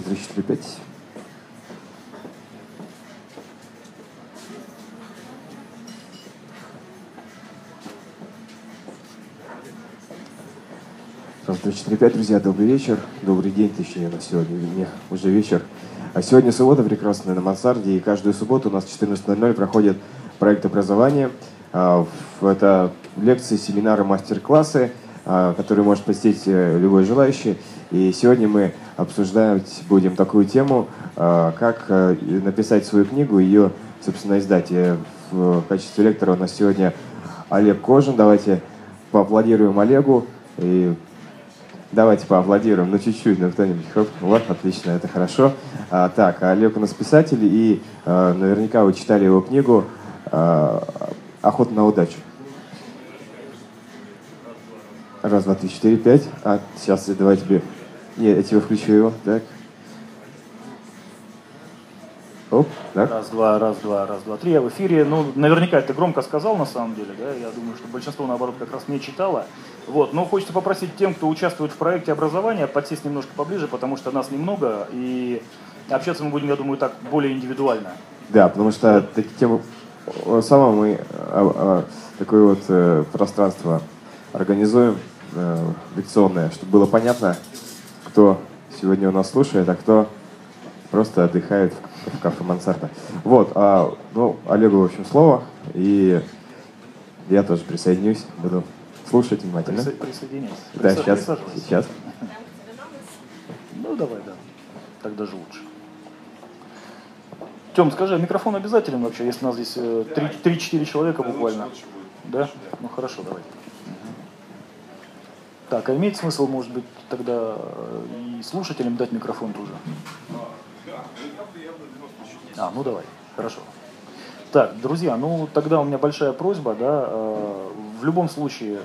3, 4, 5. Раз, два, четыре, пять, друзья, добрый вечер. Добрый день, точнее, на сегодня, не, уже вечер. А сегодня суббота прекрасная на мансарде, и каждую субботу у нас в 14:00 проходит проект образования. Это лекции, семинары, мастер-классы, которые может посетить любой желающий. И сегодня мы обсуждать будем такую тему, как написать свою книгу и ее, собственно, издать. И в качестве лектора у нас сегодня Олег Кожин. Давайте поаплодируем Олегу. И давайте поаплодируем, ну чуть-чуть, ну кто-нибудь. Хоп, вот, отлично, это хорошо. Так, Олег у нас писатель, и наверняка вы читали его книгу «Охота на удачу». Раз, два, три, четыре, пять. Сейчас давай тебе... Нет, я тебе включу его, так. Оп, так. Раз, два, три. Я в эфире. Ну, наверняка это громко сказал, на самом деле, да. Я думаю, что большинство, наоборот, как раз не читало. Вот. Но хочется попросить тем, кто участвует в проекте образования, подсесть немножко поближе, потому что нас немного, и общаться мы будем, я думаю, так более индивидуально. Да, потому что такие темы... Само мы такое вот пространство организуем лекционное, чтобы было понятно, кто сегодня у нас слушает, а кто просто отдыхает в кафе «Мансарда». Вот, ну, Олегу, в общем, слово, и я тоже присоединюсь, буду слушать внимательно. Присоединяйся. Да, сейчас. Ну, давай, да. Так даже лучше. Тём, скажи, а микрофон обязателен вообще, если у нас здесь 3-4 человека буквально? Да? Ну, хорошо, давай. Так, а имеет смысл, может быть, тогда и слушателям дать микрофон тоже? Ну давай, хорошо. Так, друзья, ну тогда у меня большая просьба, да, в любом случае,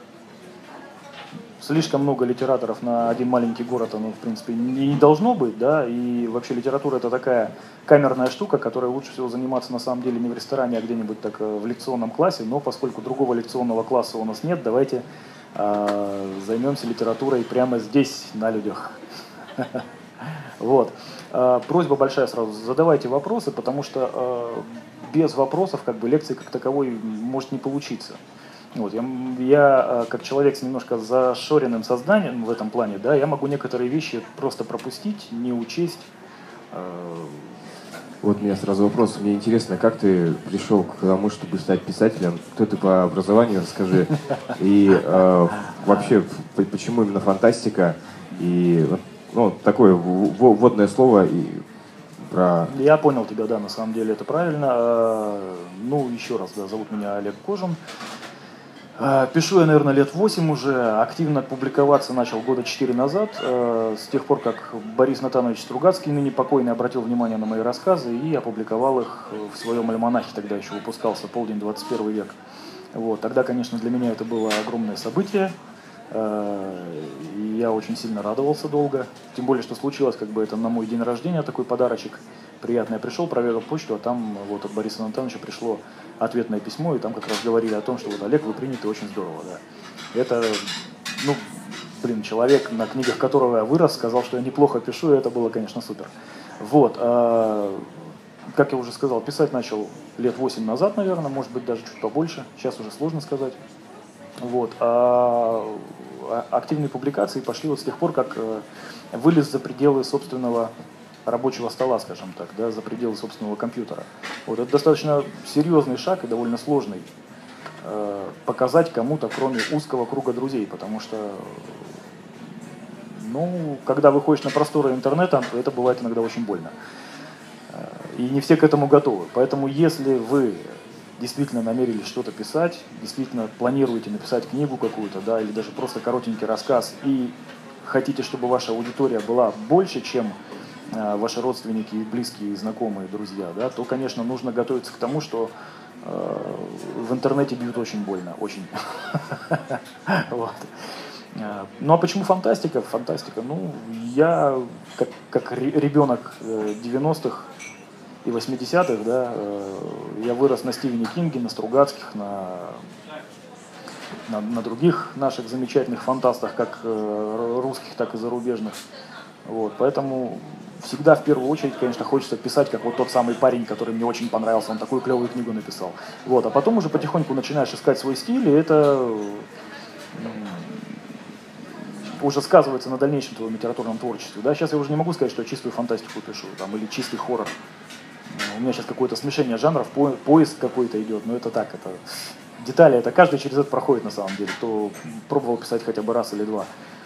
слишком много литераторов на один маленький город, оно, в принципе, не должно быть, да, и вообще литература это такая камерная штука, которой лучше всего заниматься на самом деле не в ресторане, а где-нибудь так в лекционном классе, но поскольку другого лекционного класса у нас нет, давайте займемся литературой прямо здесь, на людях. Вот. Просьба большая сразу, задавайте вопросы, потому что без вопросов как бы лекции как таковой может не получиться. Вот. Я как человек с немножко зашоренным сознанием в этом плане, да, я могу некоторые вещи просто пропустить, не учесть. Вот у меня сразу вопрос. Мне интересно, как ты пришел к тому, чтобы стать писателем? Кто ты по образованию, расскажи. И вообще, почему именно фантастика? И ну, такое вводное слово и про... Я понял тебя, да, на самом деле это правильно. Ну, еще раз, да, зовут меня Олег Кожин. Пишу я, наверное, лет 8 уже, активно публиковаться начал года 4 назад, с тех пор, как Борис Натанович Стругацкий, ныне покойный, обратил внимание на мои рассказы и опубликовал их в своем альманахе, тогда еще выпускался «Полдень, 21 век». Вот. Тогда, конечно, для меня это было огромное событие, и я очень сильно радовался долго, тем более, что случилось как бы это на мой день рождения, такой подарочек приятный. Я пришел, проверил почту, а там вот от Бориса Натановича пришло ответное письмо, и там как раз говорили о том, что вот, Олег, вы приняты очень здорово, да. Это, ну, блин, человек, на книгах которого я вырос, сказал, что я неплохо пишу, и это было, конечно, супер. Вот, как я уже сказал, писать начал лет 8 назад, наверное, может быть, даже чуть побольше, сейчас уже сложно сказать. Вот, активные публикации пошли вот с тех пор, как вылез за пределы собственного рабочего стола, скажем так, да, за пределы собственного компьютера. Вот это достаточно серьезный шаг и довольно сложный показать кому-то, кроме узкого круга друзей, потому что, ну, когда выходишь на просторы интернета, это бывает иногда очень больно. И не все к этому готовы. Поэтому, если вы действительно намерились что-то писать, действительно планируете написать книгу какую-то, да, или даже просто коротенький рассказ, и хотите, чтобы ваша аудитория была больше, чем ваши родственники, близкие, знакомые, друзья, да, то, конечно, нужно готовиться к тому, что в интернете бьют очень больно, очень. Вот. Ну а почему фантастика? Фантастика, ну, я как ребенок 90-х и 80-х, да, я вырос на Стивене Кинге, на Стругацких, на других наших замечательных фантастах, как русских, так и зарубежных. Вот, поэтому всегда в первую очередь, конечно, хочется писать, как вот тот самый парень, который мне очень понравился, он такую клевую книгу написал. Вот, а потом уже потихоньку начинаешь искать свой стиль, и это уже сказывается на дальнейшем твоем литературном творчестве. Да? Сейчас я уже не могу сказать, что я чистую фантастику пишу, там, или чистый хоррор. У меня сейчас какое-то смешение жанров, поиск какой-то идет, но это так, это детали, это каждый через это проходит на самом деле, кто пробовал писать хотя бы раз или два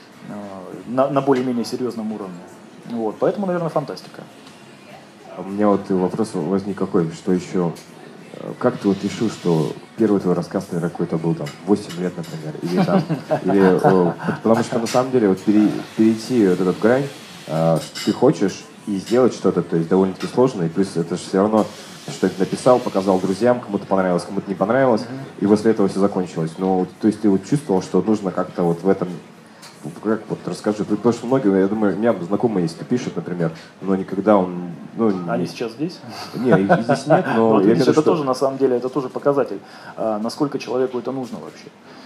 на более-менее серьезном уровне. Вот, поэтому, наверное, фантастика. У меня вот вопрос возник какой, что еще, как ты вот решил, что первый твой рассказ, наверное, какой-то был там 8 лет, например, или там, потому что на самом деле вот перейти вот этот грань, что ты хочешь и сделать что-то, то есть довольно-таки сложно, и плюс это же все равно, что ты написал, показал друзьям, кому-то понравилось, кому-то не понравилось, и после этого все закончилось. Но, то есть ты вот чувствовал, что нужно как-то вот в этом, как вот расскажи, потому что многие, я думаю, у меня знакомые есть, кто пишет, например, но никогда он... Они сейчас здесь? Нет, их здесь нет, но... Вот, видишь, это тоже, на самом деле, это тоже показатель, насколько человеку это нужно вообще.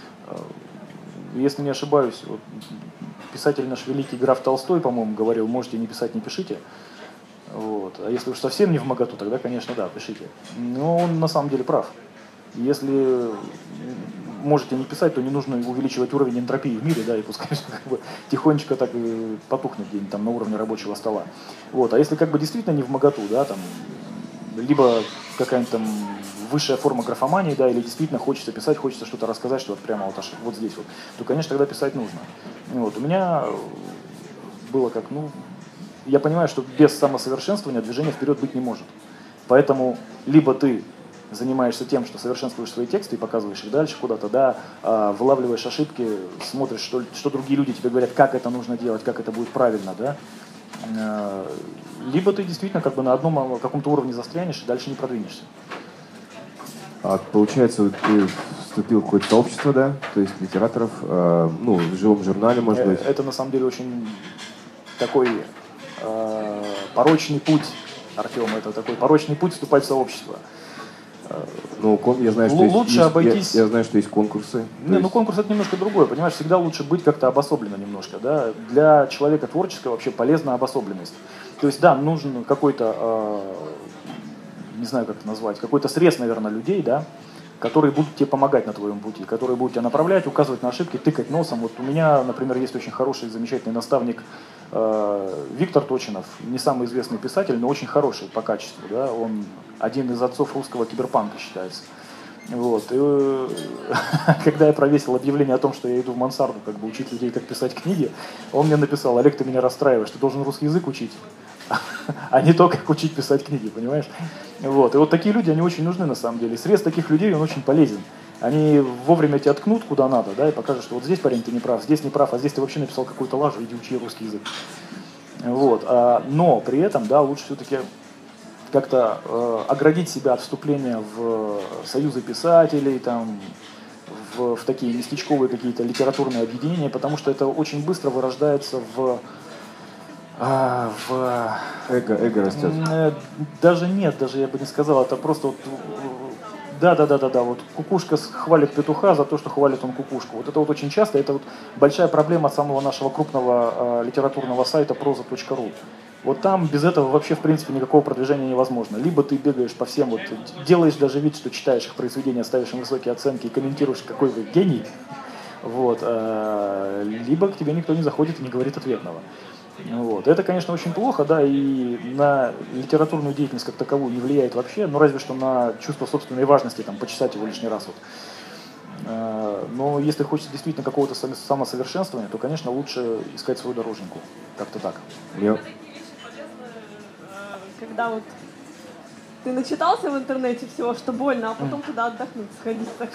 Если не ошибаюсь, вот, писатель наш великий граф Толстой, по-моему, говорил, можете не писать, не пишите. Вот. А если уж совсем не вмоготу, тогда, конечно, да, пишите. Но он на самом деле прав. Если можете не писать, то не нужно увеличивать уровень энтропии в мире, да, и пускай как бы тихонечко так и потухнет где-нибудь там на уровне рабочего стола. Вот. А если как бы действительно не вмоготу, да, там, либо какая-нибудь там высшая форма графомании, да, или действительно хочется писать, хочется что-то рассказать, что вот прямо вот, аж, вот здесь вот, то, конечно, тогда писать нужно. Вот. У меня было как, я понимаю, что без самосовершенствования движения вперед быть не может. Поэтому либо ты занимаешься тем, что совершенствуешь свои тексты и показываешь их дальше куда-то, да, вылавливаешь ошибки, смотришь, что другие люди тебе говорят, как это нужно делать, как это будет правильно, да, либо ты действительно как бы на одном каком-то уровне застрянешь и дальше не продвинешься. Получается, ты вступил в какое-то сообщество, да, то есть литераторов, в живом журнале, может быть? Это на самом деле очень такой порочный путь, Артем, это такой порочный путь вступать в сообщество. Я знаю, что лучше обойтись... Я знаю, что есть конкурсы. Конкурс это немножко другое, понимаешь, всегда лучше быть как-то обособленно немножко, да. Для человека творческого вообще полезна обособленность. То есть, да, нужен какой-то, не знаю, как это назвать, какой-то срез, наверное, людей, да, которые будут тебе помогать на твоем пути, которые будут тебя направлять, указывать на ошибки, тыкать носом. Вот у меня, например, есть очень хороший, замечательный наставник Виктор Точинов, не самый известный писатель, но очень хороший по качеству, да, он один из отцов русского киберпанка считается. Вот. И когда я провесил объявление о том, что я иду в мансарду как бы учить людей, как писать книги, он мне написал: Олег, ты меня расстраиваешь, ты должен русский язык учить, а не то, как учить писать книги, понимаешь? Вот. И вот такие люди, они очень нужны на самом деле. Срез таких людей, он очень полезен. Они вовремя тебя ткнут куда надо, да, и покажут, что вот здесь, парень, ты не прав, здесь не прав, а здесь ты вообще написал какую-то лажу, иди учи русский язык. Вот. Но при этом, да, лучше все-таки как-то оградить себя от вступления в союзы писателей, там, в такие местечковые какие-то литературные объединения, потому что это очень быстро вырождается в эго растет. Даже нет, даже я бы не сказал, это просто вот, да, вот кукушка хвалит петуха за то, что хвалит он кукушку. Вот это вот очень часто, это вот большая проблема самого нашего крупного литературного сайта proza.ru. Вот там без этого вообще, в принципе, никакого продвижения невозможно. Либо ты бегаешь по всем, вот, делаешь даже вид, что читаешь их произведения, ставишь им высокие оценки и комментируешь, какой вы гений, вот, либо к тебе никто не заходит и не говорит ответного. Вот. Это, конечно, очень плохо, да, и на литературную деятельность как таковую не влияет вообще, ну, разве что на чувство собственной важности, там, почесать его лишний раз. Вот. Но если хочется действительно какого-то самосовершенствования, то, конечно, лучше искать свою дороженьку. Как-то так. Когда вот ты начитался в интернете всего, что больно, а потом туда отдохнуть, сходить так.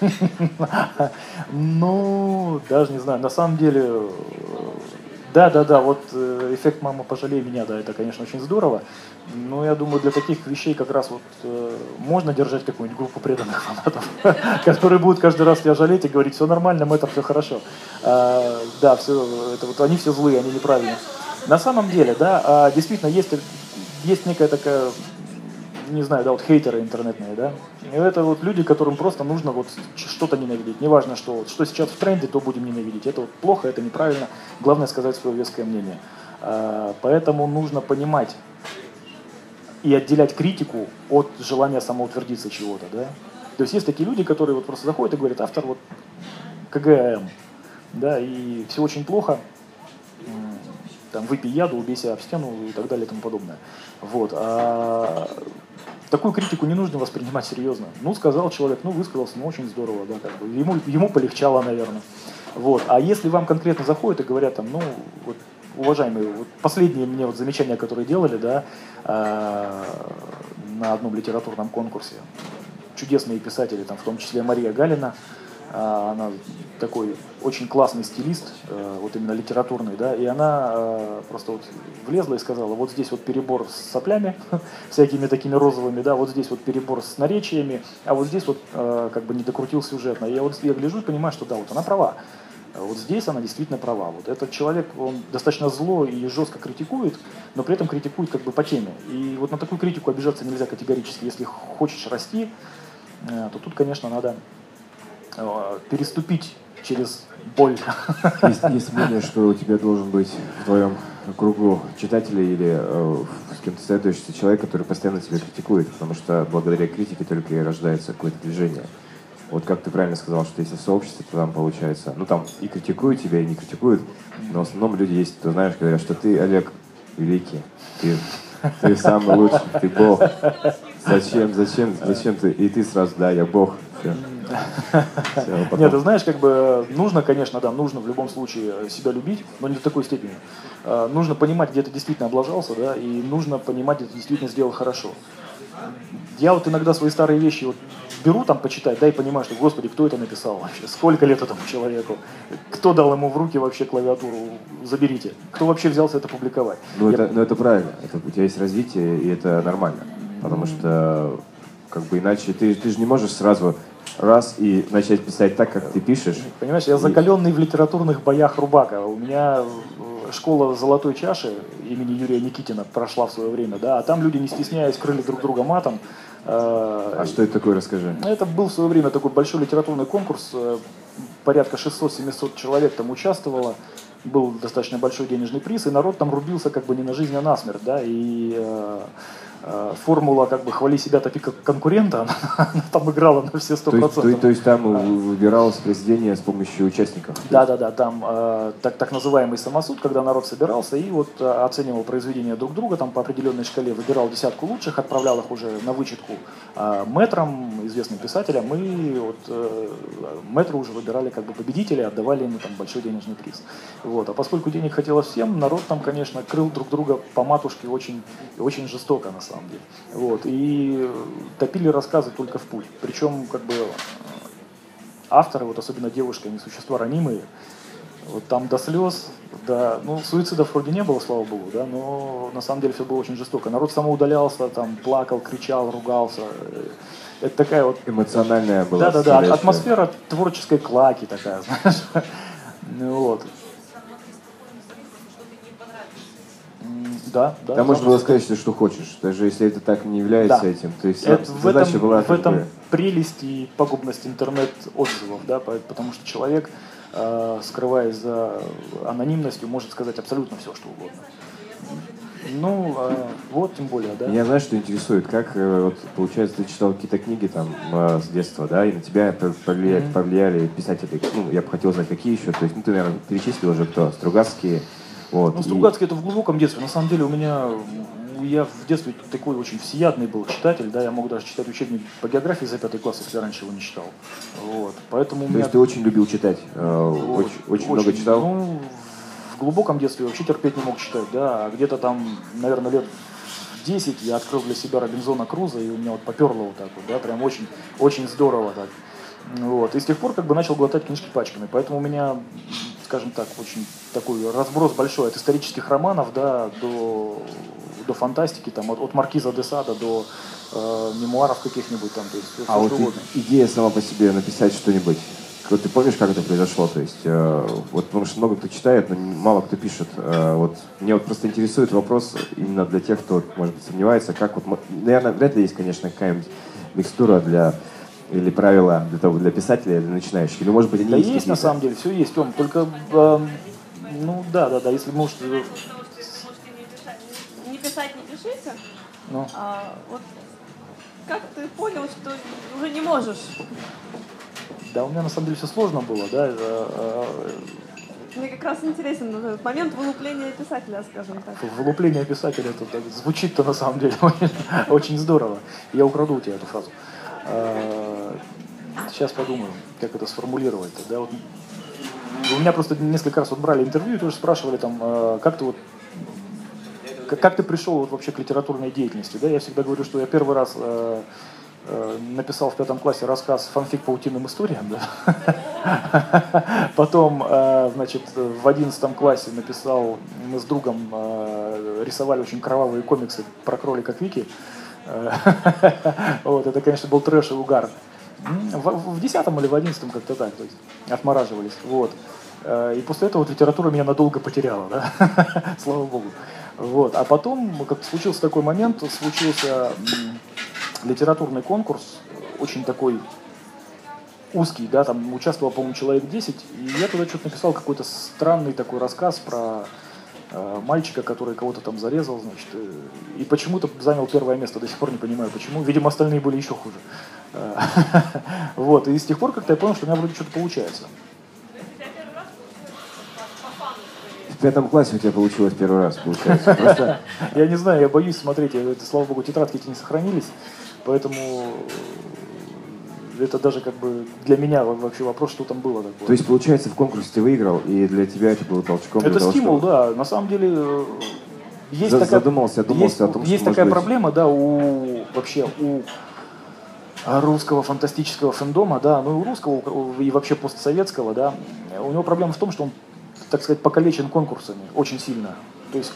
Ну, даже не знаю, на самом деле... Да, вот эффект «мама, пожалей меня», да, это, конечно, очень здорово, но я думаю, для таких вещей как раз вот можно держать какую-нибудь группу преданных фанатов, которые будут каждый раз тебя жалеть и говорить: все нормально, мэтр, все хорошо. Да, все, это вот они все злые, они неправильные. На самом деле, да, действительно, есть некая такая, не знаю, да, вот хейтеры интернетные, да, и это вот люди, которым просто нужно вот что-то ненавидеть, неважно что, вот, что сейчас в тренде, то будем ненавидеть, это вот плохо, это неправильно, главное сказать свое веское мнение. Поэтому нужно понимать и отделять критику от желания самоутвердиться чего-то, да. То есть есть такие люди, которые вот просто заходят и говорят: автор вот КГМ, да, и все очень плохо, там, выпей яду, убейся об стену и так далее и тому подобное. Вот. Такую критику не нужно воспринимать серьезно. Ну, сказал человек, ну, высказался, ну, очень здорово, да, как бы. Ему полегчало, наверное. Вот. А если вам конкретно заходят и говорят, там, ну, вот, уважаемые, вот последние мне вот замечания, которые делали, да, на одном литературном конкурсе, чудесные писатели, там, в том числе Мария Галина, она такой очень классный стилист, вот именно литературный, да, и она просто вот влезла и сказала: вот здесь вот перебор с соплями, всякими такими розовыми, да, вот здесь вот перебор с наречиями, а вот здесь вот как бы не докрутил сюжетно. И я гляжу и понимаю, что да, вот она права. Вот здесь она действительно права. Вот этот человек, он достаточно зло и жестко критикует, но при этом критикует как бы по теме. И вот на такую критику обижаться нельзя категорически. Если хочешь расти, то тут, конечно, надо переступить через боль. Есть мнение, что у тебя должен быть в твоем кругу читателей или с кем-то советуешься человек, который постоянно тебя критикует, потому что благодаря критике только и рождается какое-то движение. Вот как ты правильно сказал, что если сообщество, то там получается, ну там и критикуют тебя, и не критикуют, но в основном люди есть, кто, знаешь, говорят, что ты, Олег, великий, ты самый лучший, ты Бог. Зачем ты? И ты сразу: да, я Бог. Все. Нет, ты знаешь, как бы нужно, конечно, да, нужно в любом случае себя любить, но не до такой степени. Нужно понимать, где ты действительно облажался, да, и нужно понимать, где ты действительно сделал хорошо. Я вот иногда свои старые вещи вот беру там почитать, да, и понимаю, что, господи, кто это написал вообще, сколько лет этому человеку, кто дал ему в руки вообще клавиатуру, заберите, кто вообще взялся это публиковать. Ну это правильно, у тебя есть развитие, и это нормально, потому что как бы иначе ты же не можешь сразу раз и начать писать так, как ты пишешь. Понимаешь, я закаленный в литературных боях рубака. У меня школа «Золотой чаши» имени Юрия Никитина прошла в свое время, да, а там люди, не стесняясь, крыли друг друга матом. А что это такое, расскажи. Это был в свое время такой большой литературный конкурс, порядка 600-700 человек там участвовало, был достаточно большой денежный приз, и народ там рубился как бы не на жизнь, а на смерть, да, и формула как бы «хвали себя, топи как конкурента», она там играла на все 100%. То есть там выбиралось произведение с помощью участников? Да, там так называемый самосуд, когда народ собирался и вот оценивал произведения друг друга, там по определенной шкале выбирал десятку лучших, отправлял их уже на вычетку мэтрам, известным писателям, и вот мэтры уже выбирали как бы победителя, отдавали ему там большой денежный приз. Вот. А поскольку денег хотелось всем, народ там, конечно, крыл друг друга по матушке очень, очень жестоко на самом деле. Вот. И топили рассказы только в путь. Причем как бы авторы, вот особенно девушки, они существа ранимые. Вот там до слез, ну, суицидов вроде не было, слава богу, да, но на самом деле все было очень жестоко. Народ самоудалялся, там плакал, кричал, ругался. Это такая вот... Эмоциональная была. Да, атмосфера творческой клаки такая, знаешь. Вот. Да. Там можно было сказать, что хочешь, даже если это так не является этим. То есть задача была... В этом прелесть и пагубность интернет-отзывов, да, потому что человек, скрываясь за анонимностью, может сказать абсолютно все, что угодно. Ну, вот тем более, да. Меня, знаешь, что интересует, как, вот, получается, ты читал какие-то книги там с детства, да, и на тебя повлияли писатели, ну, я бы хотел знать, какие еще, то есть, ну, ты, наверное, перечислил уже кто, Стругацкие, вот. Ну, Стругацкий это в глубоком детстве, на самом деле я в детстве такой очень всеядный был читатель, да, я мог даже читать учебник по географии за 5 класс, если раньше его не читал, вот, поэтому у меня... То есть ты очень любил читать, очень много читал? Ну, в глубоком детстве вообще терпеть не мог читать, да, а где-то там, наверное, лет 10 я открыл для себя Робинзона Круза, и у меня вот поперло вот так вот, да, прям очень, очень здорово так, вот, и с тех пор как бы начал глотать книжки пачками, поэтому у меня, скажем так, очень такой разброс большой от исторических романов, да, до фантастики, там, от Маркиза де Сада до мемуаров каких-нибудь там, то есть все, вот угодно. Идея сама по себе написать что-нибудь, вот ты помнишь, как это произошло? То есть, вот, потому что много кто читает, но мало кто пишет. Вот, меня вот просто интересует вопрос именно для тех, кто, может быть, сомневается, как вот, наверное, вряд ли есть, конечно, какая-нибудь микстура или правила для писателя, для начинающих, или, может быть, они есть на самом деле, все есть, Том, только, ну, да, если мы уж пишите. Ну. Вот как ты понял, что уже не можешь? Да, у меня на самом деле все сложно было, да. Мне как раз интересен этот момент вылупления писателя, скажем так. Вылупление писателя, это так, звучит-то на самом деле очень здорово. Я украду у тебя эту фразу. Сейчас подумаю, как это сформулировать-то. Да, вот, у меня просто несколько раз вот брали интервью и тоже спрашивали там, как ты пришел вот вообще к литературной деятельности. Да? Я всегда говорю, что я первый раз написал в 5 классе рассказ «Фанфик по утиным историям». Да? Потом, значит, в 11 классе написал, мы с другом рисовали очень кровавые комиксы про кролика Квики. Вот, это, конечно, был трэш и угар. В 10 или в 11 как-то так, то есть отмораживались. Вот. И после этого вот литература меня надолго потеряла, да? Слава богу. Вот. А потом как-то случился такой момент, случился литературный конкурс, очень такой узкий, да, там участвовало, по-моему, человек 10, и я туда что-то написал какой-то странный такой рассказ про мальчика, который кого-то там зарезал, значит, и почему-то занял первое место, до сих пор не понимаю почему, видимо, остальные были еще хуже. Вот, и с тех пор как-то я понял, что у меня вроде что-то получается. В 5 классе у тебя получилось первый раз, получается. Просто... Я не знаю, я боюсь смотреть, слава богу, тетрадки эти не сохранились, поэтому это даже как бы для меня вообще вопрос, что там было такое. То есть, получается, в конкурсе ты выиграл, и для тебя это было толчком? Это того, стимул, чтобы... да. На самом деле есть такая, задумался о том, что есть такая проблема, да, у русского фантастического фэндома, да, ну и у русского, и вообще постсоветского, да, у него проблема в том, что он, так сказать, покалечен конкурсами очень сильно. То есть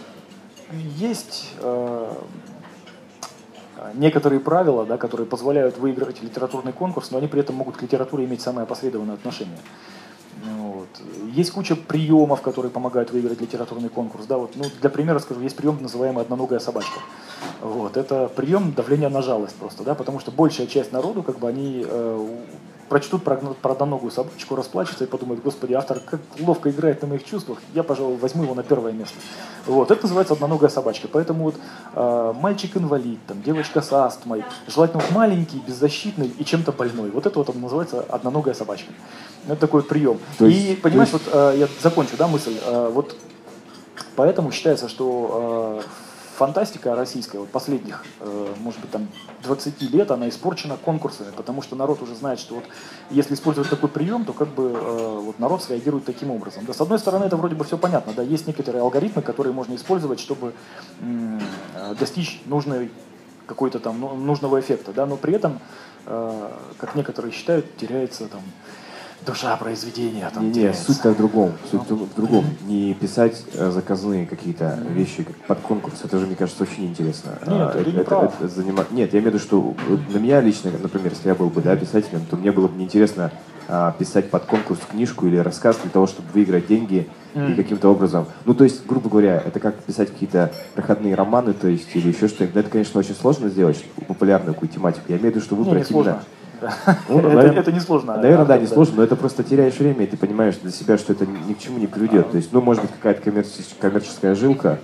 некоторые правила, да, которые позволяют выиграть литературный конкурс, но они при этом могут к литературе иметь самое опосредованное отношение. Вот. Есть куча приемов, которые помогают выиграть литературный конкурс. Да, вот, ну, для примера скажу, есть прием, называемый «одноногая собачка». Вот. Это прием давления на жалость просто, да, потому что большая часть народу, как бы, они прочтут про одноногую собачку, расплачутся и подумают: господи, автор как ловко играет на моих чувствах, я, пожалуй, возьму его на первое место. Вот. Это называется «одноногая собачка». Поэтому вот мальчик-инвалид, там, девочка с астмой, желательно вот маленький, беззащитный и чем-то больной. Вот это вот называется «одноногая собачка». Это такой вот прием. И, понимаешь, вот я закончу, да, мысль. Вот поэтому считается, что фантастика российская, вот последних, может быть, там 20 лет, она испорчена конкурсами, потому что народ уже знает, что вот если использовать такой прием, то как бы вот народ среагирует таким образом. Да, с одной стороны, это вроде бы все понятно, да, есть некоторые алгоритмы, которые можно использовать, чтобы достичь какой-то там нужного эффекта, да, но при этом, как некоторые считают, теряется там душа произведения. Там суть-то в другом. Суть в другом. Не писать заказные какие-то вещи под конкурс. Это же, мне кажется, очень интересно. Нет, ты не прав. Нет, я имею в виду, что для меня лично, например, если я был бы, да, писателем, то мне было бы неинтересно писать под конкурс книжку или рассказ для того, чтобы выиграть деньги и каким-то образом. Ну, то есть, грубо говоря, это как писать какие-то проходные романы, то есть, или еще что-нибудь. Это, конечно, очень сложно сделать, популярную какую-то тематику. Я имею в виду, что выбрать именно... Ну, это не сложно. Наверное, да, не сложно, но это просто теряешь время, и ты понимаешь для себя, что это ни к чему не приведет. То есть, ну, может быть, какая-то коммерческая жилка.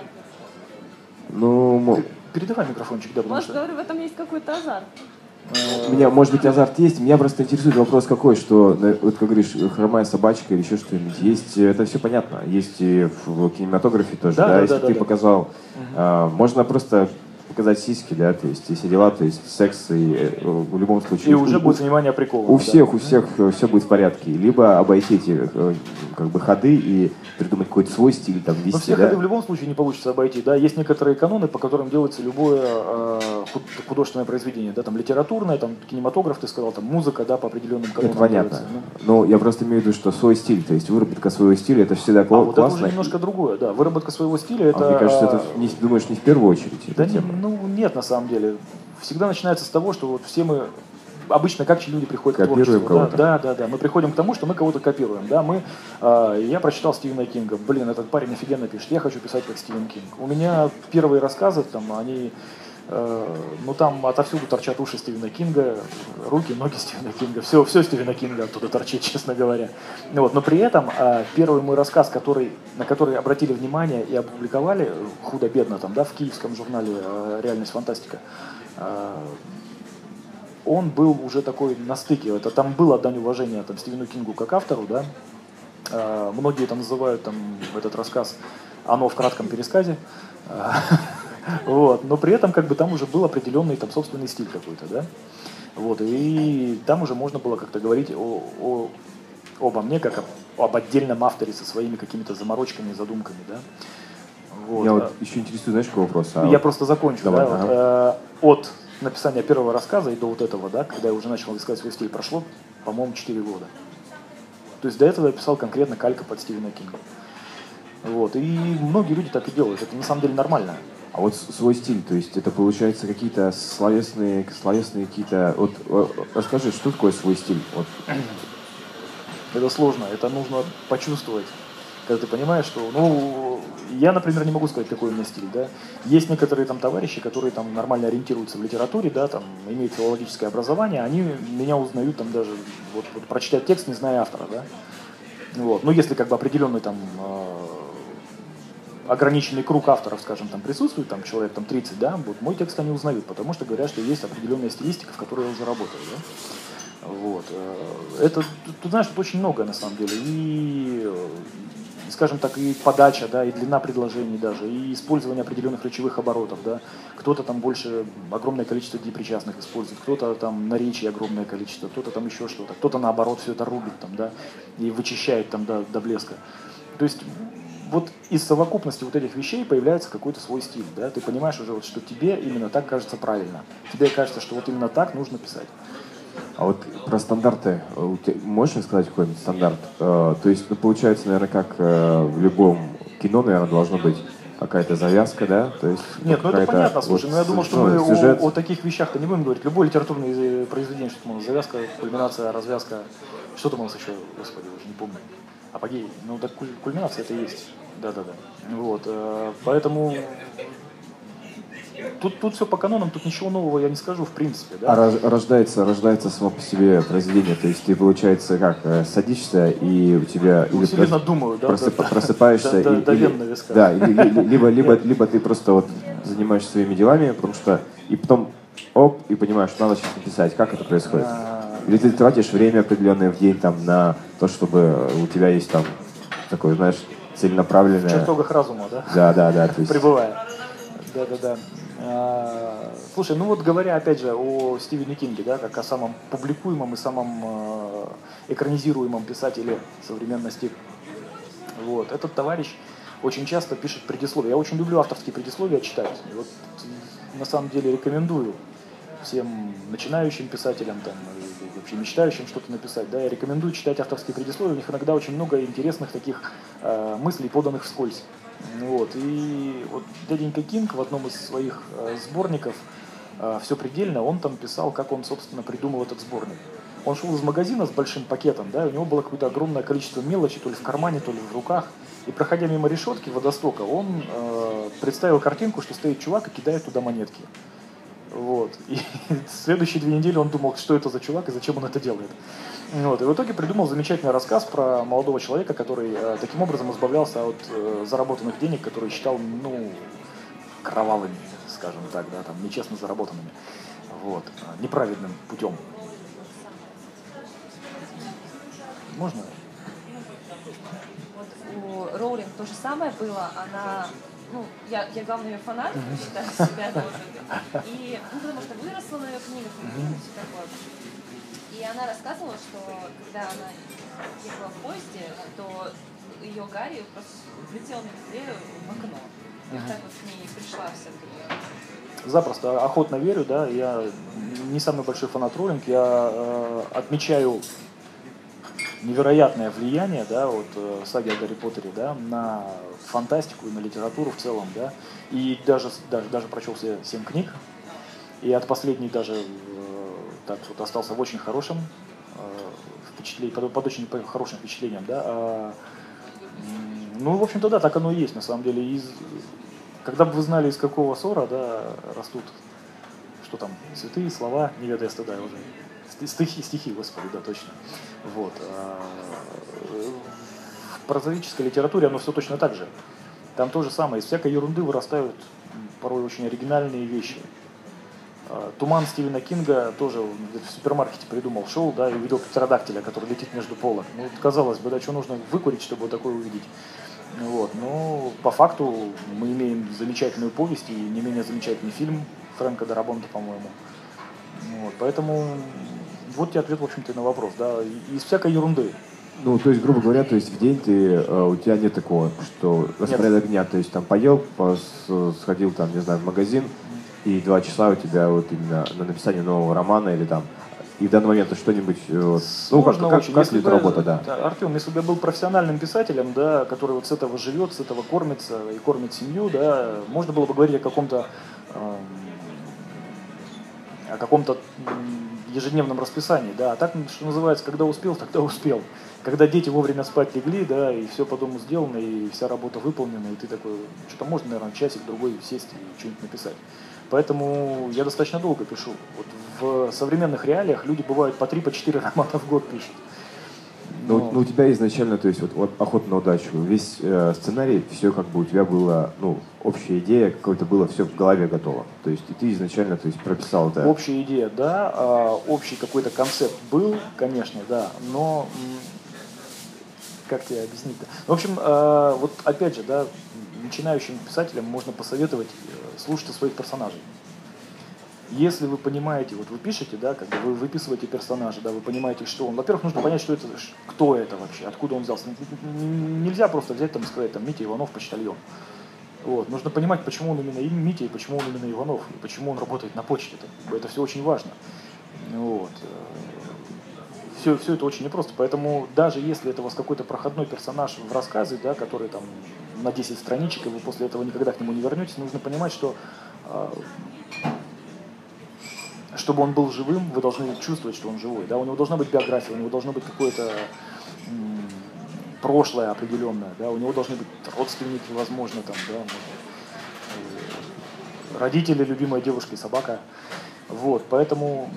Ну, передавай микрофончик, да, потому что... Может, говорю, в этом есть какой-то азарт. У меня, может быть, азарт есть. Меня просто интересует вопрос какой, что, вот как говоришь, хромая собачка или еще что-нибудь. Есть, это все понятно. Есть и в кинематографе тоже, да, если ты показал. Можно просто показать сиськи, да, то есть и все дела, то есть секс, и в любом случае... И уже будет внимание приковано. У всех все будет в порядке. Либо обойти эти как бы ходы и придумать какой-то свой стиль, там, вести, но все ходы в любом случае не получится обойти, да, есть некоторые каноны, по которым делается любое художественное произведение, да, там, литературное, там, кинематограф, ты сказал, там, музыка, да, по определенным канонам. Это понятно, но я просто имею в виду, что свой стиль, то есть выработка своего стиля, это всегда классно. Вот это уже немножко другое, да, выработка своего стиля, это... мне кажется, это, думаешь, не в первую очередь? Да нет, на самом деле. Всегда начинается с того, что вот все мы... Обычно как люди приходят к творчеству? Кого-то. Да. Мы приходим к тому, что мы кого-то копируем. Да? Я прочитал Стивена Кинга. Блин, этот парень офигенно пишет. Я хочу писать как Стивен Кинг. У меня первые рассказы, там, они Ну там отовсюду торчат уши Стивена Кинга, руки, ноги Стивена Кинга, все Стивена Кинга оттуда торчит, честно говоря. Вот. Но при этом первый мой рассказ, на который обратили внимание и опубликовали худо-бедно там, да, в киевском журнале «Реальность фантастика», он был уже такой на стыке. Это там было дань уважения там, Стивену Кингу как автору, да. Многие это называют там, этот рассказ «Оно в кратком пересказе». Вот. Но при этом как бы там уже был определенный там, собственный стиль какой-то, да. Вот. И там уже можно было как-то говорить обо мне как об отдельном авторе со своими какими-то заморочками, задумками, да. Вот. Я вот еще интересую, знаешь, какой вопрос? Я просто закончу. Давай, да, ага. От написания первого рассказа и до вот этого, да, когда я уже начал искать свой стиль, прошло, по-моему, 4 года. То есть до этого я писал конкретно калька под Стивена Кинга. Вот. И многие люди так и делают. Это на самом деле нормально. А вот свой стиль, то есть это получается какие-то словесные какие-то... Вот расскажи, что такое свой стиль? Вот. Это сложно, это нужно почувствовать. Когда ты понимаешь, что, ну, я, например, не могу сказать, какой у меня стиль, да. Есть некоторые там товарищи, которые там нормально ориентируются в литературе, да, там, имеют филологическое образование, они меня узнают там даже, вот прочитать текст, не зная автора, да. Вот. Ну, если как бы определенный там ограниченный круг авторов, скажем, там присутствует, там человек там 30, да, вот мой текст они узнают, потому что говорят, что есть определенная стилистика, в которой я уже работаю, да. Вот. Это, тут, знаешь, тут очень многое на самом деле. И, скажем так, и подача, да, и длина предложений даже, и использование определенных речевых оборотов, да. Кто-то там больше огромное количество депричастных использует, кто-то там наречий огромное количество, кто-то там еще что-то, кто-то наоборот все это рубит там, да, и вычищает там до блеска. То есть вот из совокупности вот этих вещей появляется какой-то свой стиль, да, ты понимаешь уже, вот, что тебе именно так кажется правильно, тебе кажется, что вот именно так нужно писать. А вот про стандарты, можешь рассказать какой-нибудь стандарт? То есть, ну, получается, наверное, как в любом кино, наверное, должно быть какая-то завязка, да? То есть, нет, ну это понятно, слушай, вот, но я думал, что ну, мы сюжет... о таких вещах-то не будем говорить. Любое литературное произведение, что там, завязка, кульминация, развязка, что там у нас еще, господи, уже не помню. Апогей, ну так кульминация это и есть, да-да-да. Вот, поэтому... Тут все по канонам, тут ничего нового я не скажу, в принципе. Да? А рождается само по себе произведение, то есть ты, получается, как, садишься и у тебя... Усиленно думаю, да? Просыпаешься либо ты просто вот занимаешься своими делами, потому что... И потом, и понимаешь, что надо сейчас написать. Как это происходит? Или ты тратишь время определенное в день там на то, чтобы у тебя есть там такое, знаешь, целенаправленное... В чертогах разума, да? Да. То есть... Пребывая. Да. Слушай, ну вот говоря опять же о Стивене Кинге, да, как о самом публикуемом и самом экранизируемом писателе современности, вот, этот товарищ очень часто пишет предисловия. Я очень люблю авторские предисловия читать. И вот на самом деле рекомендую всем начинающим писателям там, и вообще мечтающим что-то написать, да, я рекомендую читать авторские предисловия. У них иногда очень много интересных таких мыслей, поданных вскользь. Вот. И вот дяденька Кинг в одном из своих сборников «Все предельно», он там писал, как он, собственно, придумал этот сборник. Он шел из магазина с большим пакетом, да, и у него было какое-то огромное количество мелочи, то ли в кармане, то ли в руках. И проходя мимо решетки водостока, он представил картинку, что стоит чувак и кидает туда монетки. Вот. И следующие 2 недели он думал, что это за чувак и зачем он это делает. Вот. И в итоге придумал замечательный рассказ про молодого человека, который таким образом избавлялся от заработанных денег, которые считал, ну, кровавыми, скажем так, да, там, нечестно заработанными, вот, неправедным путем. Можно? Вот у Роулинг то же самое было, она... Ну, я главный ее фанат, считаю себя тоже. И, ну, потому что выросла на ее книгах и все такое. И она рассказывала, что когда она ехала в поезде, то ее Гарри просто влетел на метле в окно. И вот так вот к ней пришла все-таки. Запросто, охотно верю, да. Я не самый большой фанат Роулинг. Я отмечаю невероятное влияние, да, вот саги о Гарри Поттере, да, на фантастику и на литературу в целом, да, и даже прочел все 7 книг, и от последней даже так вот остался в очень хорошем впечатлении, под очень хорошим впечатлением, да. Ну, в общем-то, да, так оно и есть, на самом деле. Когда бы вы знали, из какого ссора, да, растут что там, святые слова, не ведая стыда уже. Стихи, господи, да, точно. Вот. В прозаической литературе оно все точно так же. Там то же самое. Из всякой ерунды вырастают порой очень оригинальные вещи. «Туман» Стивена Кинга тоже в супермаркете придумал, шел, да, и увидел птеродактиля, который летит между полок. Ну, казалось бы, да, что нужно выкурить, чтобы вот такое увидеть. Вот. Но по факту мы имеем замечательную повесть и не менее замечательный фильм Фрэнка Дарабонта, по-моему. Вот. Поэтому вот тебе ответ, в общем-то, на вопрос. Да, из всякой ерунды. Ну, то есть, грубо говоря, то есть в день у тебя нет такого, что распорядок дня, то есть там поел, сходил там, не знаю, в магазин, и 2 часа у тебя вот именно на написание нового романа или там, и в данный момент что-нибудь, ну, как ли это работа, да? Артем, если бы я был профессиональным писателем, да, который вот с этого живет, с этого кормится и кормит семью, да, можно было бы говорить о каком-то ежедневном расписании, да, а так, что называется, когда успел, тогда успел. Когда дети вовремя спать легли, да, и все по дому сделано, и вся работа выполнена, и ты такой, что-то можно, наверное, часик-другой сесть и что-нибудь написать. Поэтому я достаточно долго пишу. Вот в современных реалиях люди бывают по 3-4 романа в год пишут. Ну, у тебя изначально, то есть вот «Охота на удачу», весь сценарий, все как бы у тебя было, ну, общая идея, какое-то было все в голове готово. То есть и ты изначально, то есть прописал это. Общая идея, да, общий какой-то концепт был, конечно, да, но как тебе объяснить-то? В общем, вот опять же, да, начинающим писателям можно посоветовать слушать своих персонажей. Если вы понимаете, вот вы пишете, да, когда вы выписываете персонажа, да, вы понимаете, что он. Во-первых, нужно понять, что это, кто это вообще, откуда он взялся. Нельзя просто взять там и сказать, там, Митя Иванов, почтальон. Вот. Нужно понимать, почему он именно Митя и почему он именно Иванов, и почему он работает на почте. Это все очень важно. Вот. Все это очень непросто. Поэтому даже если это у вас какой-то проходной персонаж в рассказе, да, который там на 10 страничек, и вы после этого никогда к нему не вернетесь, нужно понимать, что чтобы он был живым, вы должны чувствовать, что он живой. Да? У него должна быть биография, у него должно быть какое-то прошлое определенное, да? У него должны быть родственники, возможно, там, да, родители, любимая девушка и собака. Вот, поэтому,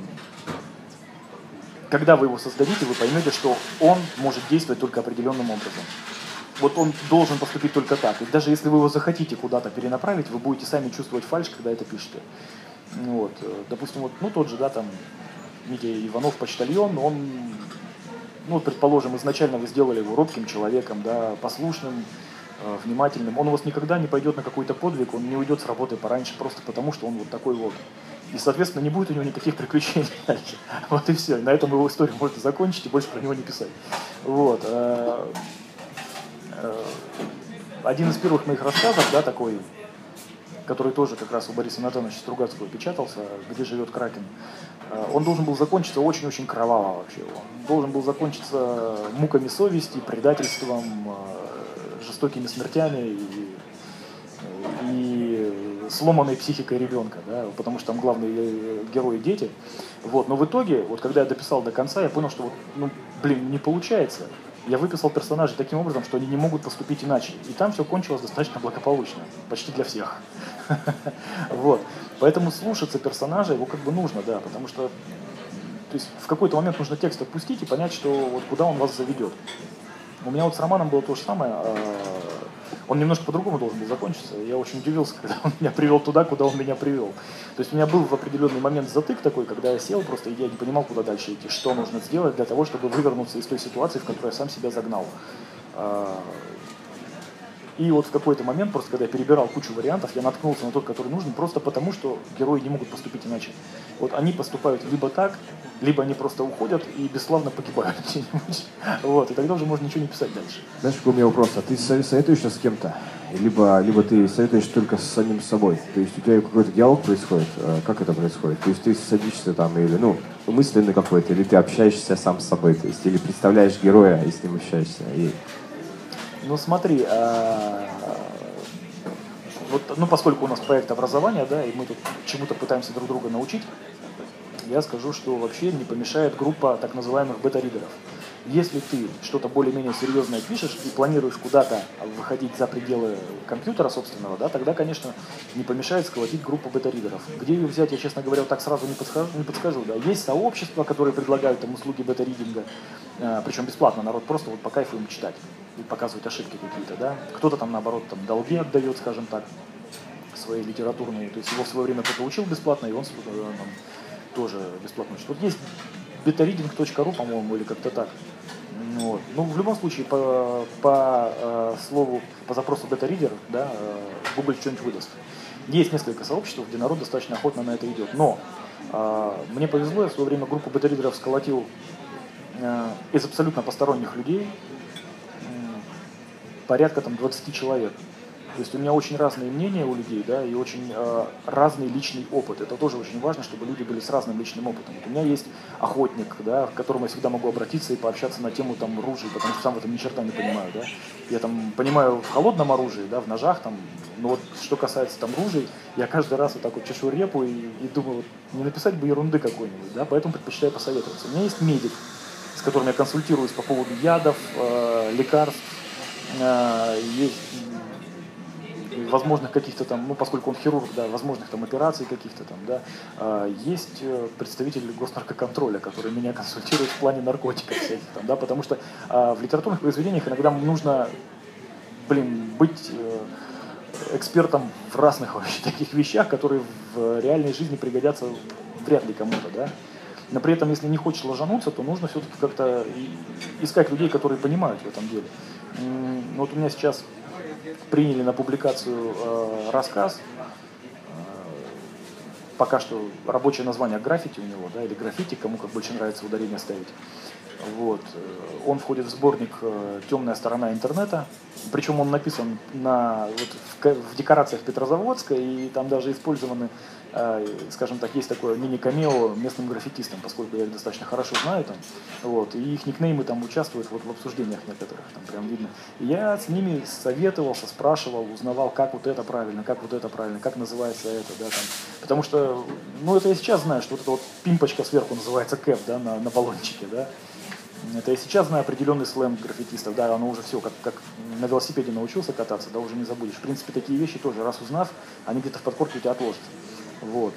когда вы его создадите, вы поймете, что он может действовать только определенным образом. Вот он должен поступить только так. И даже если вы его захотите куда-то перенаправить, вы будете сами чувствовать фальшь, когда это пишете. Вот, допустим, вот, ну тот же, да, там, Митя Иванов, почтальон, он, ну, предположим, изначально вы сделали его робким человеком, да, послушным, внимательным. Он у вас никогда не пойдет на какой-то подвиг, он не уйдет с работы пораньше, просто потому что он вот такой вот. И, соответственно, не будет у него никаких приключений дальше. Вот и все. И на этом его историю можно закончить и больше про него не писать. Вот. Один из первых моих рассказов, да, такой, который тоже как раз у Бориса Натановича Стругацкого печатался, «Где живет Кракен», он должен был закончиться очень-очень кроваво вообще. Он должен был закончиться муками совести, предательством, жестокими смертями и сломанной психикой ребенка, да, потому что там главные герои дети. Вот. Но в итоге, вот когда я дописал до конца, я понял, что вот, ну, блин, не получается. Я выписал персонажей таким образом, что они не могут поступить иначе. И там все кончилось достаточно благополучно. Почти для всех. Вот. Поэтому слушаться персонажа его как бы нужно, да, потому что то есть в какой-то момент нужно текст отпустить и понять, что вот куда он вас заведет. У меня вот с романом было то же самое. Он немножко по-другому должен был закончиться. Я очень удивился, когда он меня привел туда, куда он меня привел. То есть у меня был в определенный момент затык такой, когда я сел просто, и я не понимал, куда дальше идти, что нужно сделать для того, чтобы вывернуться из той ситуации, в которую я сам себя загнал. И вот в какой-то момент, просто когда я перебирал кучу вариантов, я наткнулся на тот, который нужен, просто потому, что герои не могут поступить иначе. Вот они поступают либо так, либо они просто уходят и бесславно погибают где-нибудь. Вот, и тогда уже можно ничего не писать дальше. Знаешь, какой у меня вопрос? А ты советуешься с кем-то? Либо ты советуешь только с самим собой? То есть у тебя какой-то диалог происходит? Как это происходит? То есть ты садишься там или, ну, мысленный какой-то, или ты общаешься сам с собой? То есть или представляешь героя и с ним общаешься? Ну смотри, вот, ну поскольку у нас проект образования, да, и мы тут чему-то пытаемся друг друга научить, я скажу, что вообще не помешает группа так называемых бета-ридеров. Если ты что-то более-менее серьезное пишешь и планируешь куда-то выходить за пределы компьютера собственного, да, тогда, конечно, не помешает сколотить группу бета-ридеров. Где ее взять, я, честно говоря, вот так сразу не подскажу. Да. Есть сообщества, которые предлагают там услуги бета-ридинга, причем бесплатно, народ просто вот по кайфу им читать и показывать ошибки какие-то. Да. Кто-то там, наоборот, там долги отдает, скажем так, свои литературные. То есть его в свое время кто-то учил бесплатно, и он там, тоже бесплатно учит. Вот есть betareading.ru, по-моему, или как-то так. Вот. Ну, в любом случае, по слову, по запросу бета-ридер, да, Google что-нибудь выдаст. Есть несколько сообществ, где народ достаточно охотно на это идет. Но мне повезло, я в свое время группу бета-ридеров сколотил из абсолютно посторонних людей, порядка там 20 человек. То есть у меня очень разные мнения у людей, да, и очень разный личный опыт. Это тоже очень важно, чтобы люди были с разным личным опытом. Вот у меня есть охотник, да, к которому я всегда могу обратиться и пообщаться на тему там ружей, потому что сам в этом ни черта не понимаю, да. Я там понимаю в холодном оружии, да, в ножах там, но вот что касается там ружей, я каждый раз вот так вот чешу репу и думаю, вот, не написать бы ерунды какой-нибудь, да, поэтому предпочитаю посоветоваться. У меня есть медик, с которым я консультируюсь по поводу ядов, лекарств, есть возможных каких-то там, ну, поскольку он хирург, да, возможных там операций каких-то там, да, есть представители госнаркоконтроля, которые меня консультируют в плане наркотиков всяких там, да, потому что в литературных произведениях иногда нужно, быть экспертом в разных вообще таких вещах, которые в реальной жизни пригодятся вряд ли кому-то, да. Но при этом, если не хочешь ложануться, то нужно все-таки как-то искать людей, которые понимают в этом деле. Вот у меня сейчас приняли на публикацию рассказ, пока что рабочее название граффити у него, да, или граффити, кому как больше нравится ударение ставить. Вот. Он входит в сборник «Темная сторона интернета», причем он написан в декорациях Петрозаводска, и там даже использованы, скажем так, есть такое мини-камео местным граффитистам, поскольку я их достаточно хорошо знаю там, вот, и их никнеймы там участвуют вот в обсуждениях некоторых, там прям видно. И я с ними советовался, спрашивал, узнавал, как вот это правильно, как называется это, да, там, потому что, ну, это я сейчас знаю, что вот эта вот пимпочка сверху называется кэп, да, на баллончике, да. Это я сейчас знаю определенный сленг граффитистов, да, оно уже все, как на велосипеде научился кататься, да, уже не забудешь. В принципе, такие вещи тоже, раз узнав, они где-то в подкорке у тебя отложатся. Вот.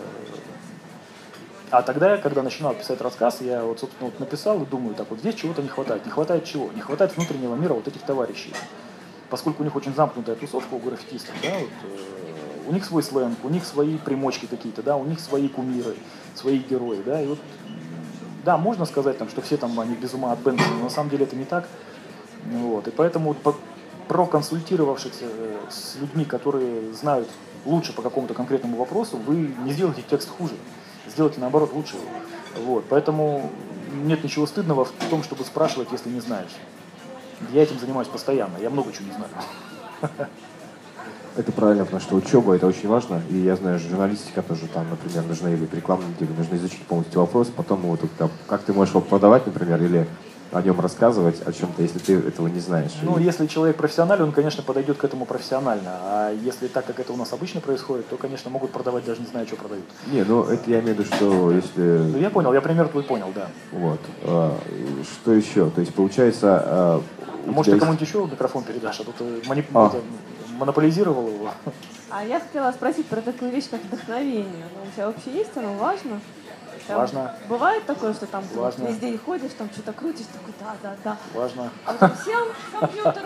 А тогда, когда начинал писать рассказ, я вот, собственно, вот написал и думаю, так вот, здесь чего-то не хватает. Не хватает чего? Не хватает внутреннего мира вот этих товарищей. Поскольку у них очень замкнутая тусовка у граффитистов, да, вот, у них свой сленг, у них свои примочки какие-то, да, у них свои кумиры, свои герои, да, и вот да, можно сказать, там, что все там они без ума от Бэнкси, но на самом деле это не так. Вот. И поэтому, проконсультировавшись с людьми, которые знают лучше по какому-то конкретному вопросу, вы не сделаете текст хуже, сделайте наоборот лучше. Вот. Поэтому нет ничего стыдного в том, чтобы спрашивать, если не знаешь. Я этим занимаюсь постоянно, я много чего не знаю. Это правильно, потому что учеба — это очень важно, и я знаю, журналистика тоже там, например, нужна, или рекламная неделя, нужно изучить полностью вопрос, потом вот как ты можешь его продавать, например, или о нем рассказывать, о чем-то, если ты этого не знаешь. Ну, если человек профессиональный, он, конечно, подойдет к этому профессионально, а если так, как это у нас обычно происходит, то, конечно, могут продавать, даже не зная, что продают. Не, ну, это я имею в виду, что если... Ну, я понял, я пример твой понял, да. Вот. Что еще? То есть, получается... Может, ты кому-нибудь еще микрофон передашь, а то ты монополизировал его. А я хотела спросить про такую вещь, как вдохновение. Ну, у тебя вообще есть оно? Важно? Там Важно. Бывает такое, что там Важно. весь день ходишь, там что-то крутишь, такой, да. Важно. А потом сел к компьютеру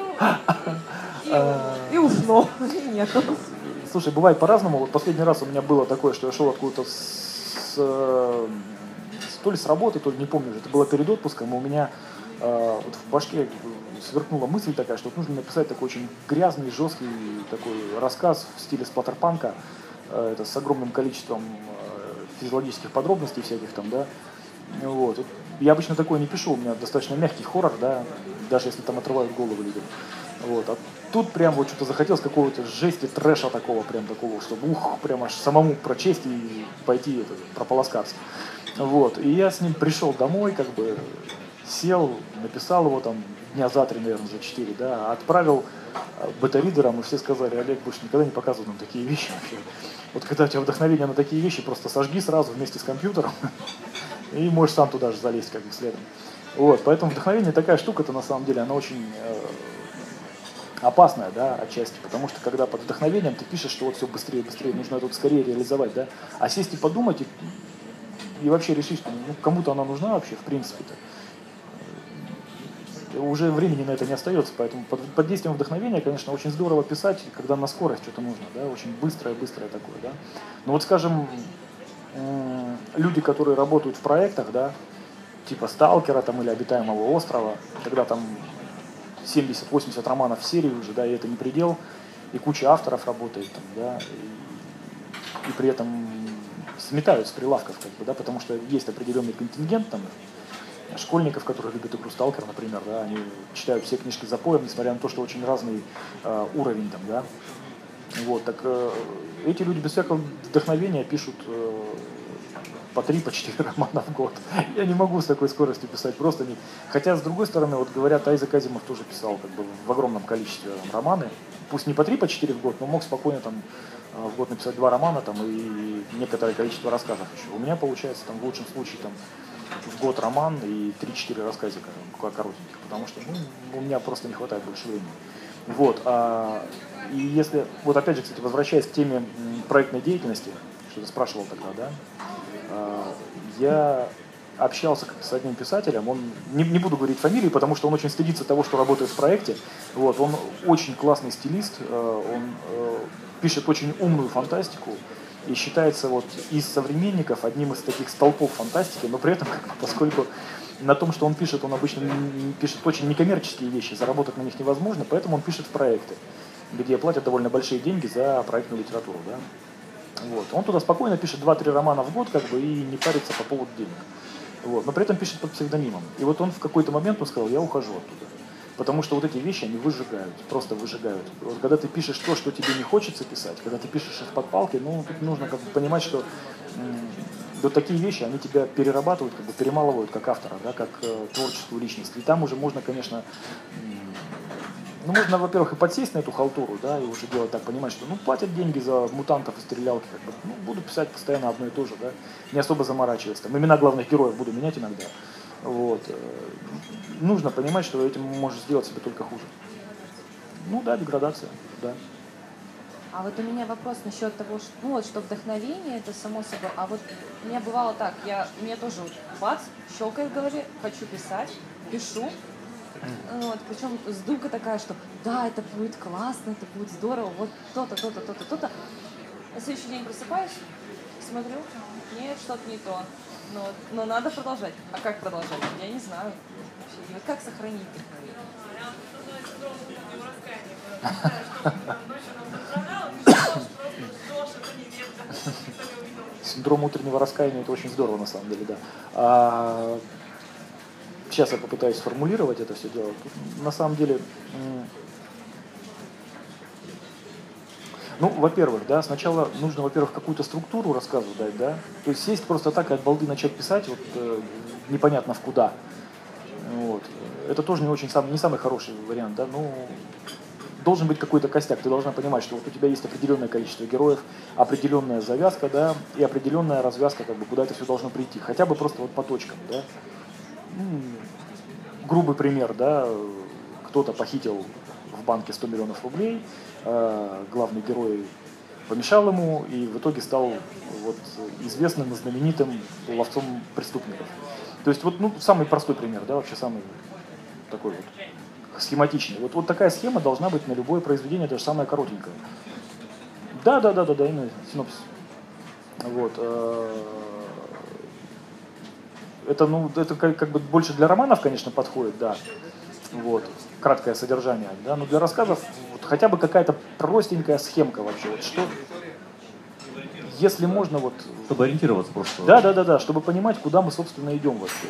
и ушло. Нет. Слушай, бывает по-разному. Вот последний раз у меня было такое, что я шел откуда-то то ли с работы, то ли не помню, это было перед отпуском, и у меня вот в башке сверкнула мысль такая, что нужно написать такой очень грязный, жесткий такой рассказ в стиле сплаттерпанка, это с огромным количеством физиологических подробностей всяких там, да. Вот. Я обычно такое не пишу, у меня достаточно мягкий хоррор, да, даже если там отрывают голову людям. Вот. А тут прям вот что-то захотелось какого-то жести, трэша такого, прям такого, чтобы прям аж самому прочесть и пойти прополоскаться. Вот. И я с ним пришел домой, как бы сел, написал его там дня за 3, наверное, за 4, да, отправил бета-ридерам, и все сказали: Олег, больше никогда не показывай нам такие вещи вообще. Вот когда у тебя вдохновение на такие вещи, просто сожги сразу вместе с компьютером, и можешь сам туда же залезть как бы следом. Вот, поэтому вдохновение такая штука-то на самом деле, она очень опасная, да, отчасти, потому что когда под вдохновением ты пишешь, что вот все быстрее, быстрее, нужно тут скорее реализовать, да, а сесть и подумать и вообще решить, что ну, кому-то она нужна вообще, в принципе-то, уже времени на это не остается, поэтому под действием вдохновения, конечно, очень здорово писать, когда на скорость что-то нужно, да, очень быстрое такое, да. Но вот, скажем, люди, которые работают в проектах, да, типа «Сталкера» там, или «Обитаемого острова», когда там 70-80 романов в серии уже, да, и это не предел, и куча авторов работает там, да, и при этом сметают с прилавков, как бы, да, потому что есть определенный контингент там, школьников, которые любят игру «Сталкер», например, да, они читают все книжки запоем, несмотря на то, что очень разный уровень там, да. Вот, так эти люди без всякого вдохновения пишут по 3-4 романа в год. Я не могу с такой скоростью писать, просто не. Хотя, с другой стороны, вот говорят, Айзек Азимов тоже писал как бы в огромном количестве романы, пусть не по 3-4 в год, но мог спокойно там в год написать 2 романа там и некоторое количество рассказов еще. У меня получается там в лучшем случае там в год роман и 3-4 рассказика коротеньких, потому что ну, у меня просто не хватает больше времени. Вот, и если, вот опять же, кстати, возвращаясь к теме проектной деятельности, что ты спрашивал тогда, да, я общался с одним писателем, он, не буду говорить фамилии, потому что он очень стыдится того, что работает в проекте, вот, он очень классный стилист, он пишет очень умную фантастику и считается вот из современников одним из таких столпов фантастики, но при этом, поскольку на том, что он обычно пишет очень некоммерческие вещи, заработать на них невозможно, поэтому он пишет в проекты, где платят довольно большие деньги за проектную литературу, да. Вот. Он туда спокойно пишет 2-3 романа в год, как бы, и не парится по поводу денег. Вот. Но при этом пишет под псевдонимом. И вот он в какой-то момент сказал, я ухожу оттуда. Потому что вот эти вещи, они выжигают, просто выжигают. Вот когда ты пишешь то, что тебе не хочется писать, когда ты пишешь в подпалке, ну, тут нужно как бы понимать, что вот такие вещи, они тебя перерабатывают, как бы перемалывают как автора, да, как творческую личность. И там уже можно, конечно, ну, можно, во-первых, и подсесть на эту халтуру, да, и уже делать так, понимать, что, ну, платят деньги за мутантов и стрелялки, как бы, ну, буду писать постоянно одно и то же, да, не особо заморачиваясь, там, имена главных героев буду менять иногда, вот. Нужно понимать, что этим можешь сделать себе только хуже. Ну, да, деградация, да. А вот у меня вопрос насчет того, что, ну, вот, что вдохновение, это само собой, а вот у меня бывало так, у меня тоже вот, бац, щелкает в голове, хочу писать, пишу. Вот, причем сдулка такая, что да, это будет классно, это будет здорово, вот то-то, то-то, то-то, то-то. На следующий день просыпаюсь, смотрю, нет, что-то не то. Но надо продолжать. А как продолжать? Я не знаю. И вот как сохранить Синдром утреннего раскаяния — это очень здорово, на самом деле, да. Сейчас я попытаюсь сформулировать это все дело. Тут, на самом деле, ну, во-первых, да, сначала нужно, во-первых, какую-то структуру рассказу дать, да. То есть сесть просто так и от балды начать писать, вот непонятно в куда. Вот. Это тоже не самый хороший вариант, да. Ну, должен быть какой-то костяк. Ты должна понимать, что вот у тебя есть определенное количество героев, определенная завязка, да, и определенная развязка, как бы, куда это все должно прийти. Хотя бы просто вот по точкам, да. Грубый пример, да, кто-то похитил в банке 100 миллионов рублей, главный герой помешал ему и в итоге стал вот известным и знаменитым ловцом преступников. То есть вот, ну, самый простой пример, да, вообще самый такой вот схематичный. Вот такая схема должна быть на любое произведение, даже самое коротенькое. Да, именно синопсис. Вот. Это как бы больше для романов, конечно, подходит, да. Вот. Краткое содержание, да. Но для рассказов вот, хотя бы какая-то простенькая схемка вообще. Вот что, если можно, вот. Чтобы ориентироваться просто. Да, чтобы понимать, куда мы, собственно, идем вообще.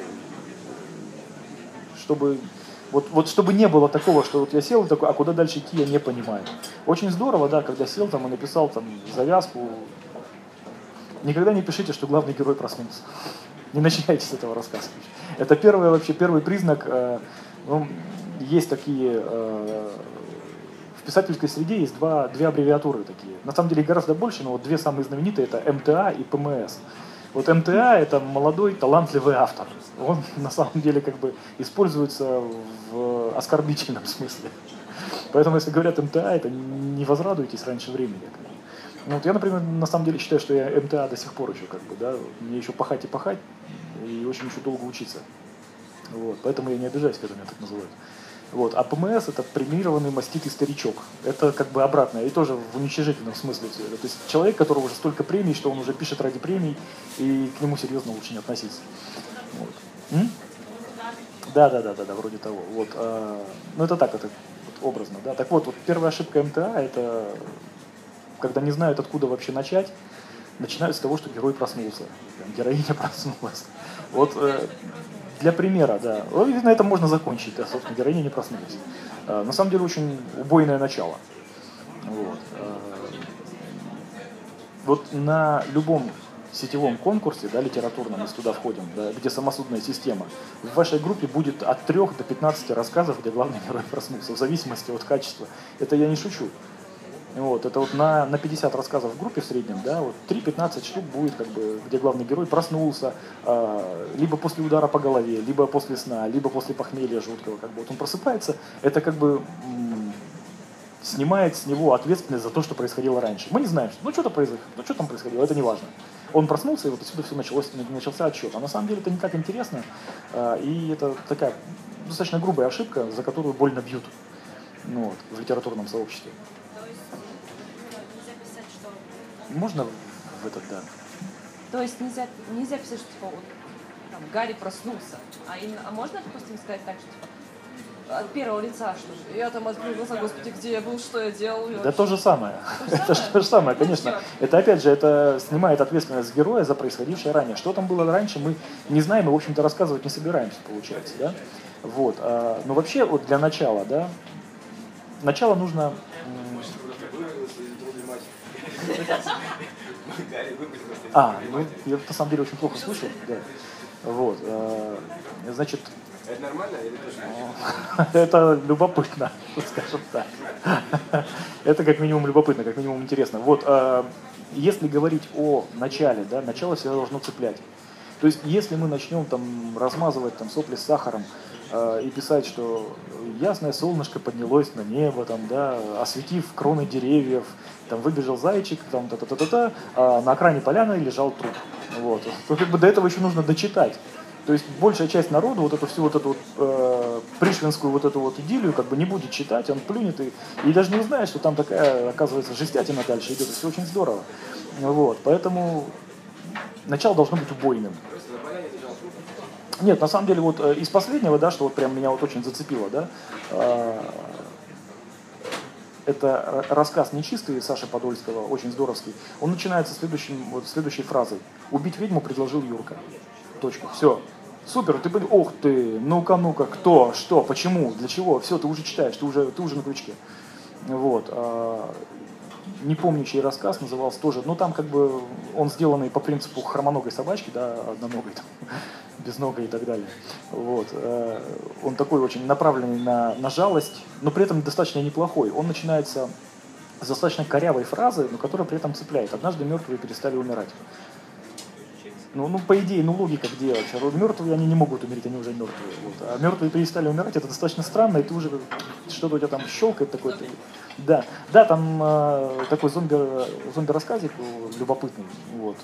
Чтобы. Вот чтобы не было такого, что вот я сел и такой, а куда дальше идти, я не понимаю. Очень здорово, да, когда сел там и написал там завязку. Никогда не пишите, что главный герой проснулся. Не начинайте с этого рассказа. Это первый признак. Есть такие, в писательской среде есть две аббревиатуры такие. На самом деле гораздо больше, но вот две самые знаменитые — это МТА и ПМС. Вот МТА — это молодой, талантливый автор. Он на самом деле как бы используется в оскорбительном смысле. Поэтому, если говорят МТА, это не возрадуйтесь раньше времени. Ну, вот я, например, на самом деле считаю, что я МТА до сих пор еще как бы, да, мне еще пахать и очень еще долго учиться. Вот, поэтому я не обижаюсь, когда меня так называют. Вот, а ПМС — это премированный маститый старичок. Это как бы обратное, и тоже в уничижительном смысле все это. То есть человек, которого уже столько премий, что он уже пишет ради премий, и к нему серьезно лучше не относиться. Вот. Да, вроде того. Вот, ну это так, это вот образно, да. Так вот, первая ошибка МТА — это когда не знают, откуда вообще начать, начинают с того, что герой проснулся, героиня проснулась. Вот для примера, да. На этом можно закончить, да, собственно, героиня не проснулась. На самом деле очень убойное начало. Вот. Вот на любом сетевом конкурсе, да, литературном, если туда входим, да, где самосудная система, в вашей группе будет от 3 до 15 рассказов, где главный герой проснулся, в зависимости от качества. Это я не шучу. Вот, это вот на 50 рассказов в группе в среднем, да, вот 3-15 штук будет, как бы, где главный герой проснулся, либо после удара по голове, либо после сна, либо после похмелья жуткого, как бы, вот он просыпается, это как бы снимает с него ответственность за то, что происходило раньше. Мы не знаем, что там происходило, это не важно. Он проснулся, и вот отсюда все начался отсчет. А на самом деле это не так интересно, и это такая достаточно грубая ошибка, за которую больно бьют, ну, вот, в литературном сообществе. Можно в этот, да. То есть нельзя писать, что типа вот, там, Гарри проснулся, а можно, допустим, сказать так, что типа, от первого лица, что я там открыл глаза, господи, где я был, что я делал? Да то же самое. Это то же самое, конечно. Это опять же, это снимает ответственность героя за происходившее ранее. Что там было раньше, мы не знаем и, в общем-то, рассказывать не собираемся, получается, да? Вот. Но вообще, вот для начала, да, начало нужно... Ну, я на самом деле очень плохо слышу, да. Вот, значит... Это нормально или тоже? Это любопытно, скажем так. Это как минимум любопытно, как минимум интересно. Вот, если говорить о начале, да, начало всегда должно цеплять. То есть, если мы начнем там размазывать там сопли с сахаром и писать, что ясное солнышко поднялось на небо, там, да, осветив кроны деревьев, там выбежал зайчик, там та-та-та-та-та, а на окраине поляны лежал труп. Вот. То как бы до этого еще нужно дочитать. То есть большая часть народа вот эту всю вот эту вот, пришвинскую вот эту вот идиллию как бы не будет читать, он плюнет и даже не узнает, что там такая, оказывается, жестятина дальше идет. Все очень здорово. Вот. Поэтому начало должно быть убойным. Нет, на самом деле, вот из последнего, да, что вот прям меня вот очень зацепило, да, это рассказ «Нечистый» Саши Подольского, очень здоровский. Он начинается следующей фразой. «Убить ведьму предложил Юрка». Точка. Все. Супер, ты понимаешь, ох ты, ну-ка, кто, что, почему, для чего, все, ты уже читаешь, ты уже на крючке. Вот. Не помню, чей рассказ назывался тоже, но там как бы он сделанный по принципу хромоногой собачки, да, одноногой, там, безногой и так далее. Вот. Он такой очень направленный на жалость, но при этом достаточно неплохой. Он начинается с достаточно корявой фразы, но которая при этом цепляет. «Однажды мертвые перестали умирать». Ну, по идее, логика где вообще? Мертвые, они не могут умереть, они уже мертвые. Вот. А мертвые перестали умирать, это достаточно странно, и ты уже что-то у тебя там щелкает такой. Да, там такой зомби-рассказик любопытный. Вот.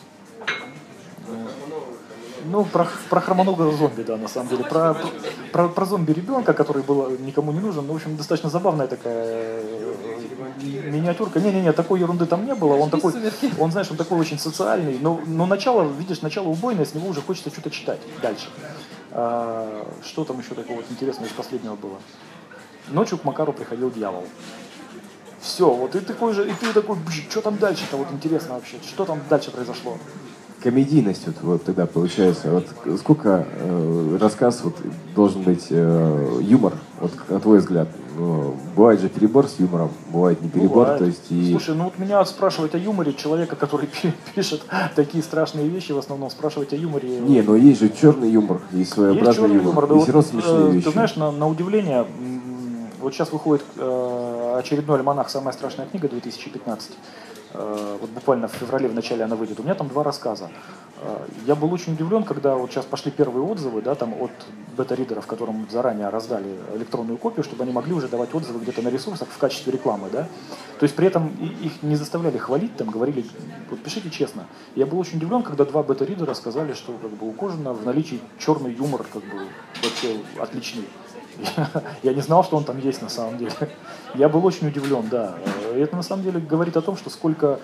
Ну, про хромоногого зомби, да, на самом деле. Про зомби-ребенка, который был никому не нужен. Ну, в общем, достаточно забавная такая миниатюрка. Не, такой ерунды там не было. Он такой, он, знаешь, он такой очень социальный. Но начало, видишь, начало убойное, с него уже хочется что-то читать дальше. Что там еще такого вот интересного из последнего было? Ночью к Макару приходил дьявол. Все, вот и ты такой, что там дальше-то, вот интересно вообще, что там дальше произошло? Комедийность вот тогда получается. Вот сколько рассказ вот должен быть юмор, вот на твой взгляд? Бывает же перебор с юмором, бывает не перебор, Бывает. То есть и... Слушай, ну вот меня спрашивать о юморе человека, который пишет такие страшные вещи, в основном спрашивать о юморе. Не, но есть же черный юмор, есть своеобразный юмор, да, и все равно смешные вещи. Ты знаешь, на удивление, вот сейчас выходит очередной альманах «Самая страшная книга 2015». вот буквально в феврале, в начале она выйдет. У меня там 2 рассказа. Я был очень удивлен, когда вот сейчас пошли первые отзывы, да, там от бета-ридеров, которым заранее раздали электронную копию, чтобы они могли уже давать отзывы где-то на ресурсах в качестве рекламы, да. То есть при этом их не заставляли хвалить, там говорили, вот пишите честно. Я был очень удивлен, когда 2 бета-ридера сказали, что как бы у Кожина в наличии черный юмор как бы вообще отличный. Я не знал, что он там есть на самом деле. Я был очень удивлен, да. И это на самом деле говорит о том, что сколько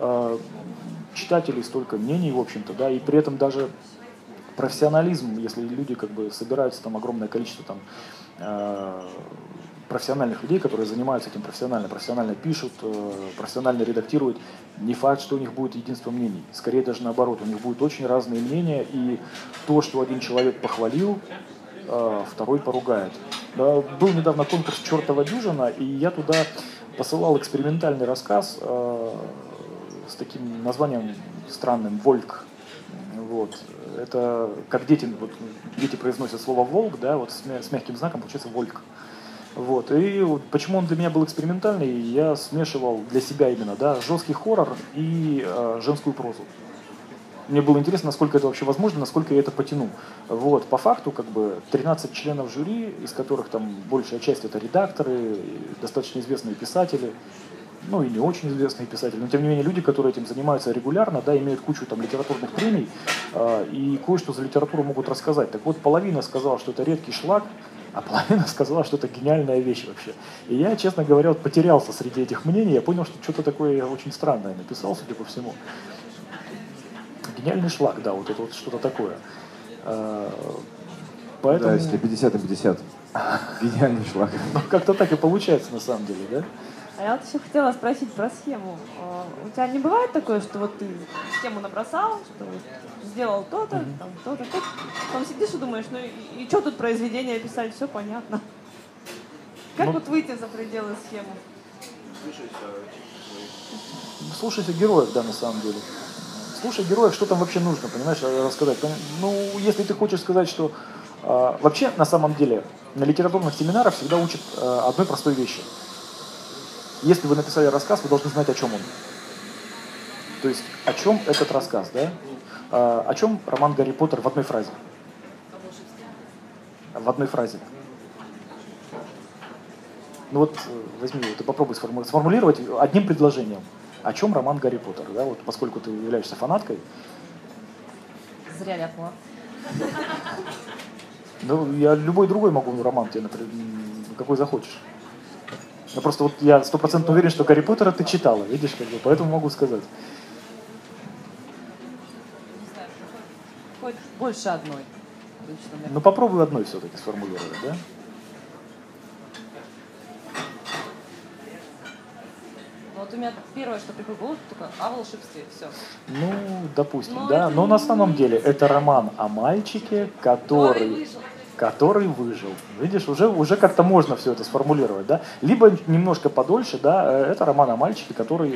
читателей, столько мнений, в общем-то, да, и при этом даже профессионализм, если люди как бы собираются там огромное количество там профессиональных людей, которые занимаются этим профессионально пишут, профессионально редактируют, не факт, что у них будет единство мнений. Скорее даже наоборот, у них будут очень разные мнения, и то, что один человек похвалил, второй поругает. Да, был недавно конкурс «Чертова дюжина», и я туда посылал экспериментальный рассказ с таким названием странным «Вольк». Вот. Это как дети, вот, дети произносят слово «волк», да, вот с мягким знаком получается «вольк». Вот. И вот почему он для меня был экспериментальный, я смешивал для себя именно, да, жесткий хоррор и женскую прозу. Мне было интересно, насколько это вообще возможно, насколько я это потяну. Вот. По факту, как бы, 13 членов жюри, из которых там большая часть это редакторы, достаточно известные писатели, ну и не очень известные писатели, но тем не менее люди, которые этим занимаются регулярно, да, имеют кучу там литературных премий и кое-что за литературу могут рассказать. Так вот, половина сказала, что это редкий шлак, а половина сказала, что это гениальная вещь вообще. И я, честно говоря, вот потерялся среди этих мнений, я понял, что что-то такое очень странное написал, судя по всему. Гениальный шлак, да, вот это вот что-то такое. Поэтому... Да, если 50 на 50. Гениальный шлак. Ну, как-то так и получается на самом деле, да? А я вот еще хотела спросить про схему. У тебя не бывает такое, что вот ты схему набросал, что вот сделал то-то, там то-то, то-то, потом сидишь и думаешь, ну и что тут произведение писать, все понятно. Как Ну, вот выйти за пределы схемы? Слушайте героев, да, на самом деле. Слушай героев, что там вообще нужно, понимаешь, рассказать. Ну, если ты хочешь сказать, что... вообще, на самом деле, на литературных семинарах всегда учат одной простой вещи. Если вы написали рассказ, вы должны знать, о чем он. То есть, о чем этот рассказ, да? О чем роман «Гарри Поттер» в одной фразе? В одной фразе. Ну вот, возьми, ты попробуй сформулировать одним предложением. О чем роман «Гарри Поттер», да? Вот поскольку ты являешься фанаткой. Зря ляпнула. Ну, я любой другой могу роман тебе, например, какой захочешь. Но просто вот я 100% уверен, что «Гарри Поттера» ты читала, видишь, как бы, поэтому могу сказать. Не знаю, хоть больше одной. Лично мне. Ну попробуй одной все-таки сформулировать, да? Вот у меня первое, что приходит в голову, только о волшебстве, все. Ну, допустим, Но да. это Но на не самом деле всегда. это роман о мальчике, который выжил. Видишь, уже как-то можно все это сформулировать, да? Либо немножко подольше, да, это роман о мальчике, который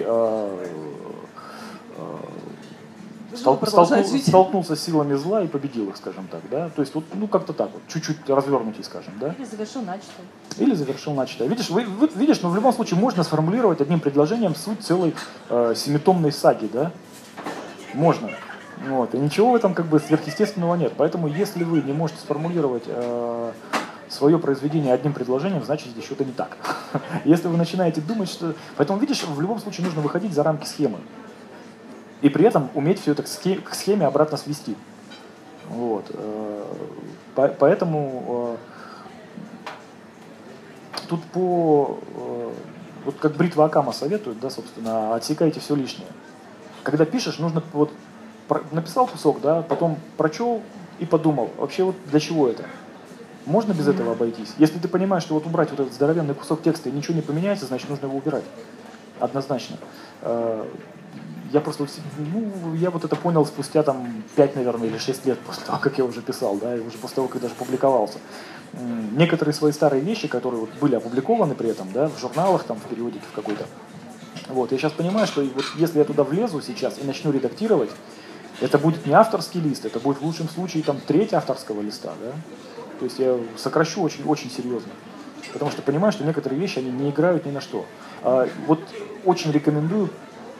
Продолжает жить. столкнулся с силами зла и победил их, скажем так, да? То есть вот, ну как-то так вот, чуть-чуть развернутее, скажем, да? Или завершил начатое. Или завершил начатое. Видишь, видишь, но в любом случае можно сформулировать одним предложением суть целой семитомной саги, да? Можно. Вот. И ничего в этом как бы сверхъестественного нет. Поэтому если вы не можете сформулировать свое произведение одним предложением, значит здесь что-то не так. Если вы начинаете думать, что... Поэтому, видишь, в любом случае нужно выходить за рамки схемы. И при этом уметь все это к схеме обратно свести. Вот. Поэтому тут вот как бритва Акама советует, да, собственно, отсекайте все лишнее. Когда пишешь, нужно вот написал кусок, да, потом прочел и подумал, вообще вот для чего это? Можно без этого обойтись? Если ты понимаешь, что вот убрать вот этот здоровенный кусок текста и ничего не поменяется, значит нужно его убирать. Однозначно. Я просто, ну, я вот это понял спустя там 5, наверное, или 6 лет после того, как я уже писал, да, и уже после того, как даже публиковался. Некоторые свои старые вещи, которые вот были опубликованы при этом, да, в журналах, там, в периодике в какой-то. Вот, я сейчас понимаю, что вот если я туда влезу сейчас и начну редактировать, это будет не авторский лист, это будет в лучшем случае там треть авторского листа, да. То есть я сокращу очень серьезно. Потому что понимаю, что некоторые вещи, они не играют ни на что. Вот очень рекомендую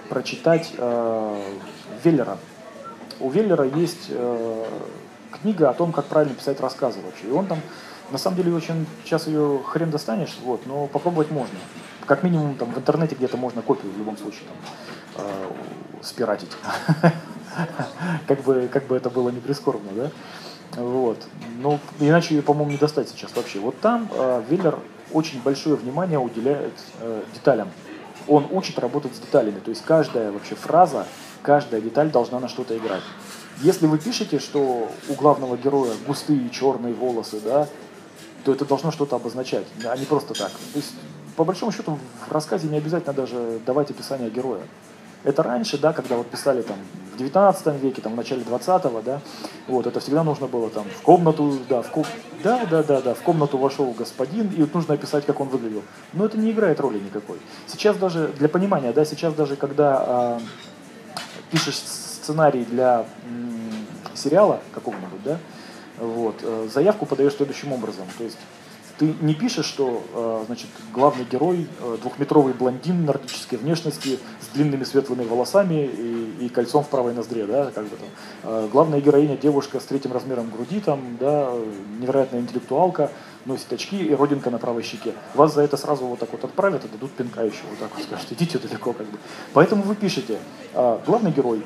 прочитать Веллера. У Веллера есть книга о том, как правильно писать рассказы вообще. И он там, на самом деле, очень сейчас ее хрен достанешь, вот, но попробовать можно. Как минимум там в интернете где-то можно копию в любом случае там, спиратить. Как бы это было не прискорбно, да? Вот. Ну, иначе ее, по-моему, не достать сейчас вообще. Вот там Веллер очень большое внимание уделяет деталям. Он учит работать с деталями. То есть каждая вообще фраза, каждая деталь должна на что-то играть. Если вы пишете, что у главного героя густые черные волосы, да, то это должно что-то обозначать, а не просто так. То есть, по большому счету, в рассказе не обязательно даже давать описание героя. Это раньше, да, когда вот писали там в 19 веке, там в начале 20-го, да, вот, это всегда нужно было там в комнату, да, в комнату вошел господин, и вот нужно описать, как он выглядел. Но это не играет роли никакой. Сейчас даже, для понимания, да, сейчас даже, когда пишешь сценарий для сериала какого-нибудь, да, вот, заявку подаешь следующим образом, то есть ты не пишешь, что, значит, главный герой двухметровый блондин нордической внешности с длинными светлыми волосами и кольцом в правой ноздре, да, как бы там. Главная героиня девушка с третьим размером груди, там, да, невероятная интеллектуалка, носит очки и родинка на правой щеке. Вас за это сразу вот так вот отправят и дадут пинка еще, вот так вот скажут, идите далеко, как бы. Поэтому вы пишете, главный герой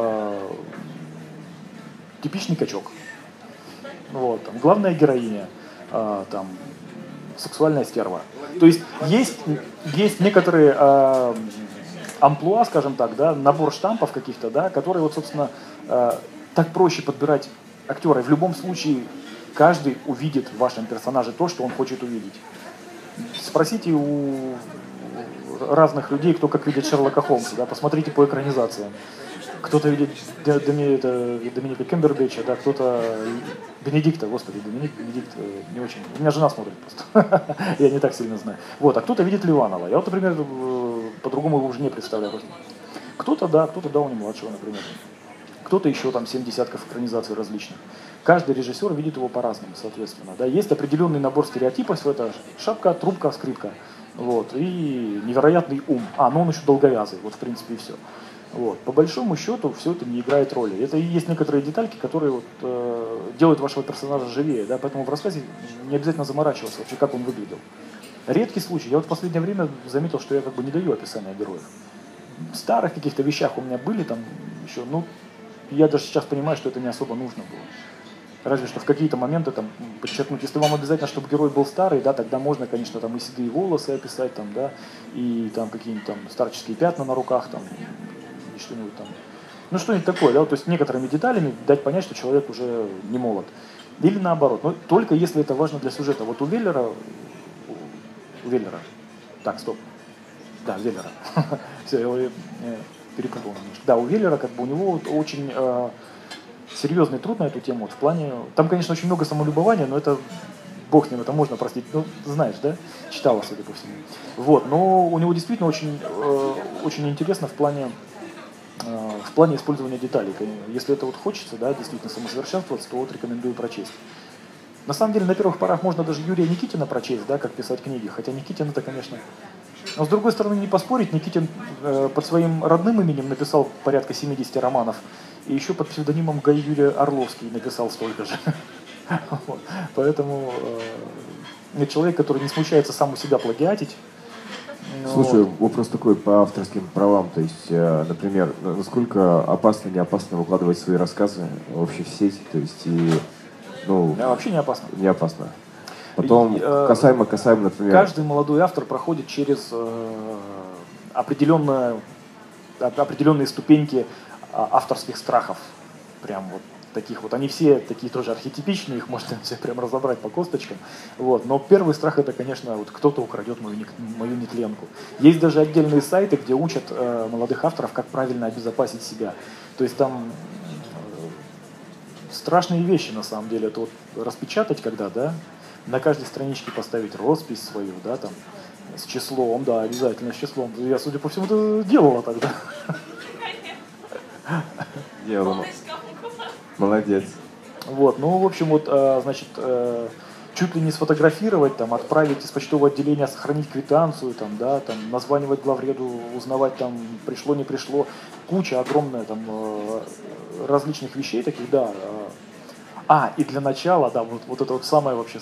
типичный качок, вот, там, главная героиня там сексуальная стерва. То есть есть некоторые амплуа, скажем так, да, набор штампов каких-то, да, которые вот, собственно, так проще подбирать актера. И в любом случае каждый увидит в вашем персонаже то, что он хочет увидеть. Спросите у разных людей, кто как видит Шерлока Холмса, да, посмотрите по экранизациям. Кто-то видит Доминика Кембербэтча, да, кто-то Бенедикта, господи, Бенедикт не очень. У меня жена смотрит просто. Я не так сильно знаю. Вот, а кто-то видит Ливанова. Я вот, например, по-другому его уже не представляю. Кто-то Дауни-младшего, например. Кто-то еще там 7 десятков экранизаций различных. Каждый режиссер видит его по-разному, соответственно. Да. Есть определенный набор стереотипов, это шапка, трубка, скрипка. Вот, и невероятный ум. Но он еще долговязый, вот в принципе и все. Вот. По большому счету все это не играет роли. Это и есть некоторые детальки, которые вот, делают вашего персонажа живее. Да? Поэтому в рассказе не обязательно заморачиваться вообще, как он выглядел. Редкий случай. Я вот в последнее время заметил, что я как бы не даю описания героев. В старых каких-то вещах у меня были там еще, ну, я даже сейчас понимаю, что это не особо нужно было. Разве что в какие-то моменты там подчеркнуть, если вам обязательно, чтобы герой был старый, да, тогда можно, конечно, там и седые волосы описать, там, да, и там какие-нибудь там старческие пятна на руках, там, и что-нибудь там. Ну, что-нибудь такое, да, то есть некоторыми деталями дать понять, что человек уже не молод. Или наоборот, но только если это важно для сюжета. Вот у Веллера, так, стоп, да, Веллера, все, я его перепутал немножко. Да, у Веллера, как бы, у него вот очень серьезный труд на эту тему, вот в плане, там, конечно, очень много самолюбования, но это, бог с ним, это можно простить, ну, знаешь, да, читала, судя по всему. Вот, но у него действительно очень, очень интересно в плане использования деталей. Если это вот хочется, да, действительно самосовершенствоваться, то вот рекомендую прочесть. На самом деле, на первых порах можно даже Юрия Никитина прочесть, да, как писать книги, хотя Никитин это, конечно... Но, с другой стороны, не поспорить, Никитин под своим родным именем написал порядка 70 романов, и еще под псевдонимом Гай Юрий Орловский написал столько же. Вот. Поэтому человек, который не смущается сам у себя плагиатить. Слушай, вопрос такой по авторским правам, то есть, например, насколько опасно, не опасно выкладывать свои рассказы вообще в сеть, то есть, и, ну... Вообще не опасно. Не опасно. Потом, касаемо, например... Каждый молодой автор проходит через определенные ступеньки авторских страхов. Прям вот таких вот. Они все такие тоже архетипичные, их можно все прям разобрать по косточкам. Вот. Но первый страх это, конечно, вот кто-то украдет мою нетленку. Есть даже отдельные сайты, где учат молодых авторов, как правильно обезопасить себя. То есть там страшные вещи на самом деле. Это вот распечатать когда, да, на каждой страничке поставить роспись свою, да, там, с числом, да, обязательно с числом. Я, судя по всему, это делала тогда. Делала. Молодец. Вот, ну, в общем, вот, значит, чуть ли не сфотографировать, там, отправить из почтового отделения, сохранить квитанцию, там, да, там, названивать главреду, узнавать, там, пришло, не пришло. Куча огромная там, различных вещей таких, да. И для начала, да, вот это вот самое вообще,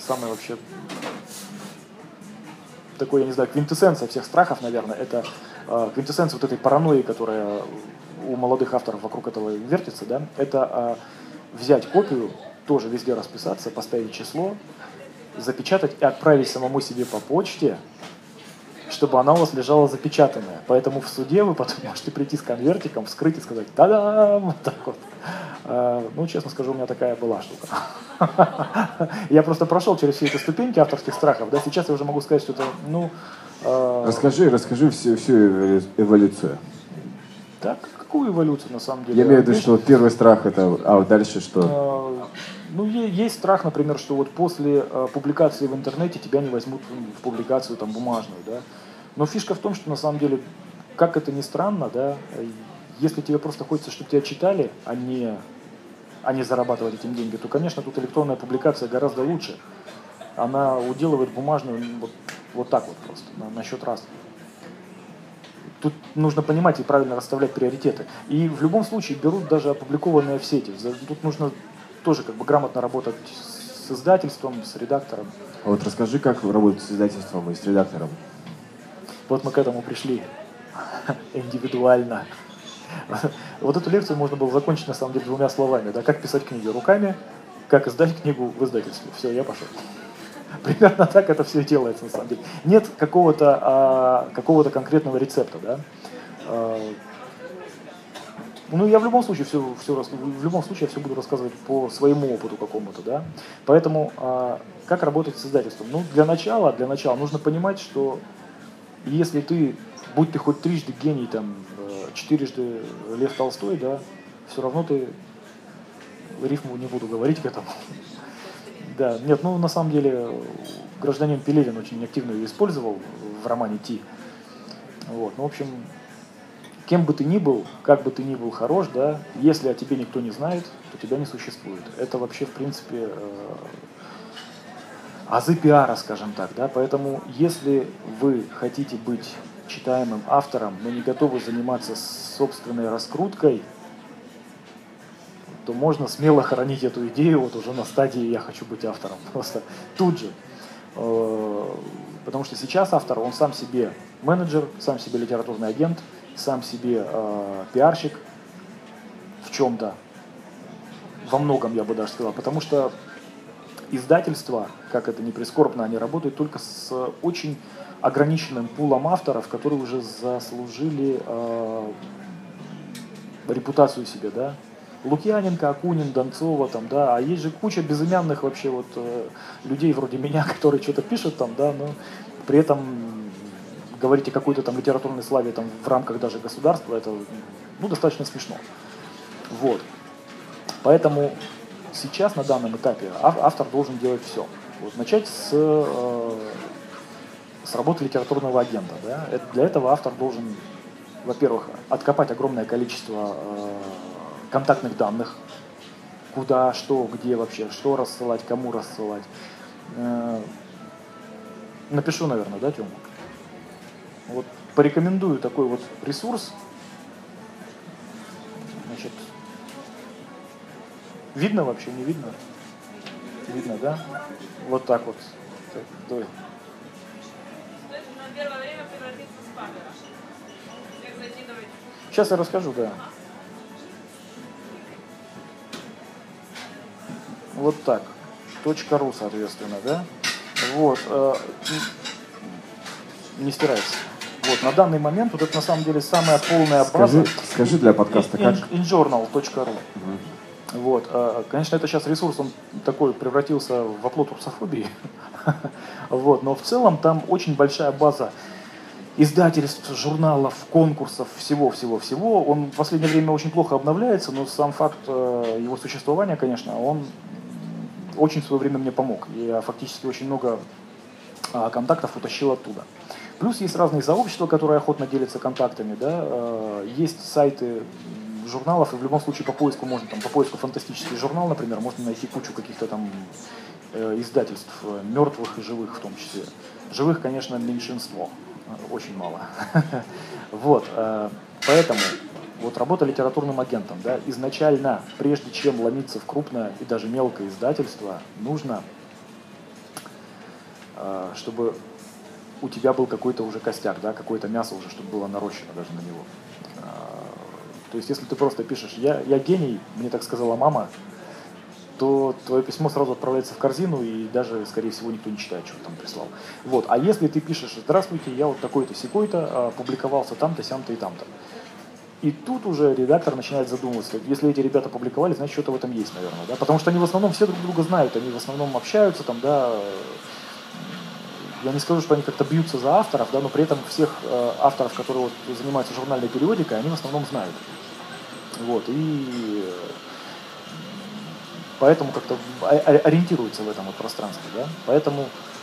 такой, я не знаю, квинтэссенция всех страхов, наверное, это квинтэссенция вот этой паранойи, которая у молодых авторов вокруг этого вертится, да, это взять копию, тоже везде расписаться, поставить число, запечатать и отправить самому себе по почте, чтобы она у вас лежала запечатанная. Поэтому в суде вы потом можете прийти с конвертиком, вскрыть и сказать «та-дам!» Вот так вот. Ну, честно скажу, у меня такая была штука. Я просто прошел через все эти ступеньки авторских страхов. Да, сейчас я уже могу сказать, что это, ну... Расскажи всю эволюцию. Так, какую эволюцию на самом деле? Я имею в виду, что первый страх это, вот дальше что? Ну, есть страх, например, что вот после публикации в интернете тебя не возьмут в публикацию там бумажную, да. Но фишка в том, что на самом деле, как это ни странно, да, если тебе просто хочется, чтобы тебя читали, а не зарабатывать этим деньги, то, конечно, тут электронная публикация гораздо лучше. Она уделывает бумажную вот так вот просто, на счет раз. Тут нужно понимать и правильно расставлять приоритеты. И в любом случае берут даже опубликованные в сети. Тут нужно тоже как бы грамотно работать с издательством, с редактором. А вот расскажи, как работать с издательством и с редактором. Вот мы к этому пришли индивидуально. Вот эту лекцию можно было закончить на самом деле двумя словами. Да? Как писать книги руками, как издать книгу в издательстве. Все, я пошел. Примерно так это все делается на самом деле. Нет какого-то конкретного рецепта, да. Ну, я в любом случае я все буду рассказывать по своему опыту какому-то, да. Поэтому как работать с издательством? Ну, для начала нужно понимать, что если будь ты хоть трижды гений, там, четырежды Лев Толстой, да, все равно ты рифму не буду говорить к этому. Да, нет, ну на самом деле гражданин Пелевин очень активно ее использовал в романе «Ти». Вот, ну, в общем, кем бы ты ни был, как бы ты ни был хорош, да, если о тебе никто не знает, то тебя не существует. Это вообще, в принципе, азы пиара, скажем так, да, поэтому если вы хотите быть читаемым автором, но не готовы заниматься собственной раскруткой, то можно смело хоронить эту идею вот уже на стадии «я хочу быть автором». Просто тут же. Потому что сейчас автор, он сам себе менеджер, сам себе литературный агент, сам себе пиарщик в чем-то, во многом, я бы даже сказал. Потому что издательства, как это ни прискорбно, они работают только с очень ограниченным пулом авторов, которые уже заслужили репутацию себе, да. Лукьяненко, Акунин, Донцова, там, да, а есть же куча безымянных вообще вот людей вроде меня, которые что-то пишут там, да, но при этом говорить о какой-то там литературной славе там в рамках даже государства, это, ну, достаточно смешно. Вот. Поэтому сейчас, на данном этапе, автор должен делать все. Вот, начать с работы литературного агента, да. Для этого автор должен, во-первых, откопать огромное количество контактных данных, куда, что, где вообще, что рассылать, кому рассылать. Напишу, наверное, да, Тёма? Вот порекомендую такой вот ресурс. Значит, видно вообще, не видно? Видно, да? Вот так вот. Так, давай. На первое время превратиться в спамера. Как закидывать? Сейчас я расскажу, да. Вот так. .ру, соответственно, да? Вот. Не стирается. Вот. На данный момент вот это на самом деле самая полная база. Скажи для подкаста как? injournal.ru. Вот. Конечно, это сейчас ресурс, он такой превратился в оплот русофобии. Вот. Но в целом там очень большая база издательств, журналов, конкурсов, всего-всего-всего. Он в последнее время очень плохо обновляется, но сам факт его существования, конечно, он очень в свое время мне помог. Я фактически очень много контактов утащил оттуда. Плюс есть разные сообщества, которые охотно делятся контактами, да. Есть сайты журналов, и в любом случае по поиску можно, там, по поиску фантастический журнал, например, можно найти кучу каких-то там издательств, мертвых и живых в том числе. Живых, конечно, меньшинство, очень мало. Вот, поэтому вот работа литературным агентом, да, изначально, прежде чем ломиться в крупное и даже мелкое издательство, нужно, чтобы у тебя был какой-то уже костяк, да, какое-то мясо уже, чтобы было нарощено даже на него. То есть, если ты просто пишешь «я гений», мне так сказала мама, то твое письмо сразу отправляется в корзину, и даже, скорее всего, никто не читает, что ты там прислал. Вот. А если ты пишешь «здравствуйте, я вот такой-то, сякой-то, публиковался там-то, сям-то и там-то», и тут уже редактор начинает задумываться, если эти ребята публиковали, значит, что-то в этом есть, наверное, да, потому что они в основном все друг друга знают, они в основном общаются там, да, я не скажу, что они как-то бьются за авторов, да, но при этом всех авторов, которые вот занимаются журнальной периодикой, они в основном знают. Вот, и поэтому как-то ориентируются в этом вот пространстве, да, поэтому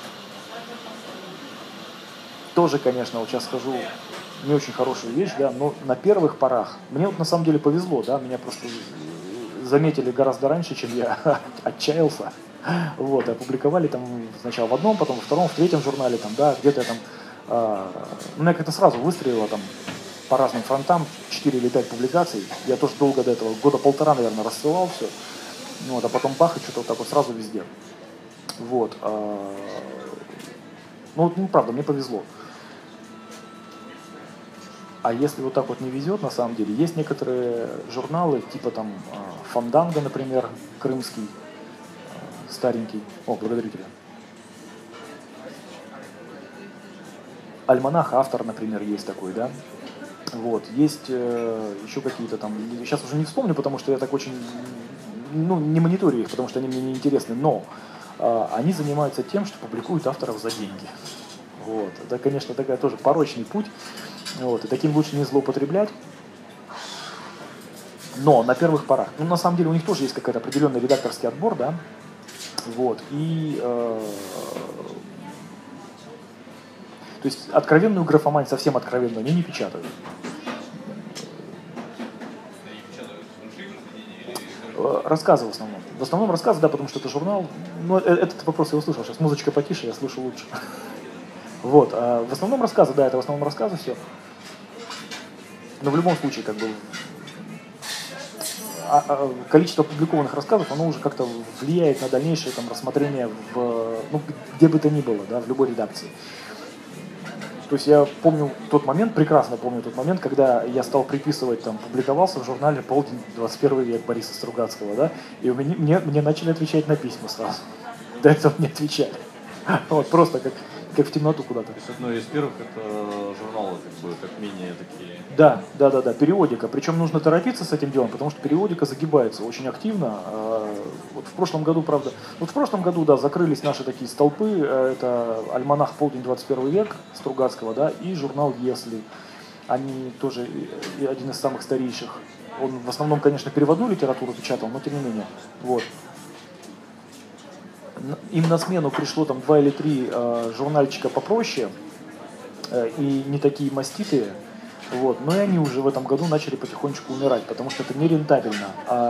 тоже, конечно, вот сейчас скажу не очень хорошую вещь, да, но на первых порах, мне вот на самом деле повезло, да, меня просто заметили гораздо раньше, чем я отчаялся, вот, и опубликовали там сначала в одном, потом во втором, в третьем журнале, там, да, где-то я там, меня как-то сразу выстрелило там по разным фронтам, 4 или 5 публикаций, я тоже долго до этого, года полтора, наверное, рассылал все, вот, а потом бах, и что-то вот так вот сразу везде, вот, ну, правда, мне повезло. А если вот так вот не везет, на самом деле, есть некоторые журналы, типа там «Фанданго», например, крымский, старенький. О, благодарю тебя. «Альманах Автор», например, есть такой, да. Вот, есть еще какие-то там, сейчас уже не вспомню, потому что я так очень, ну, не мониторю их, потому что они мне не интересны, но они занимаются тем, что публикуют авторов за деньги. Вот, это, конечно, такая тоже порочный путь. Вот, и таким лучше не злоупотреблять. Но на первых порах, ну, на самом деле, у них тоже есть какой-то определенный редакторский отбор, да, вот, и, то есть, откровенную графомань, совсем откровенную, они не печатают. Рассказы в основном. В основном рассказы, да, потому что это журнал. Но этот вопрос я услышал, сейчас музычка потише, я слышу лучше. Вот, в основном рассказы, да, это в основном рассказы все. Но в любом случае, как бы, количество опубликованных рассказов, оно уже как-то влияет на дальнейшее там рассмотрение ну, где бы то ни было, да, в любой редакции. То есть я помню тот момент, прекрасно помню тот момент, когда я стал приписывать, там, публиковался в журнале «Полдень, 21 век» Бориса Стругацкого, да, и мне начали отвечать на письма сразу. До этого не отвечали. Вот, просто как в темноту куда-то. То есть одно из первых это журналы, как менее такие. Да, периодика. Причем нужно торопиться с этим делом, потому что периодика загибается очень активно. Вот в прошлом году, правда, да, закрылись наши такие столпы. Это альманах «Полдень, 21 век» Стругацкого, да, и журнал «Если». Они тоже один из самых старейших. Он в основном, конечно, переводную литературу печатал, но тем не менее. Вот. Им на смену пришло там 2 или 3 журнальчика попроще и не такие маститые, вот, но и они уже в этом году начали потихонечку умирать, потому что это нерентабельно.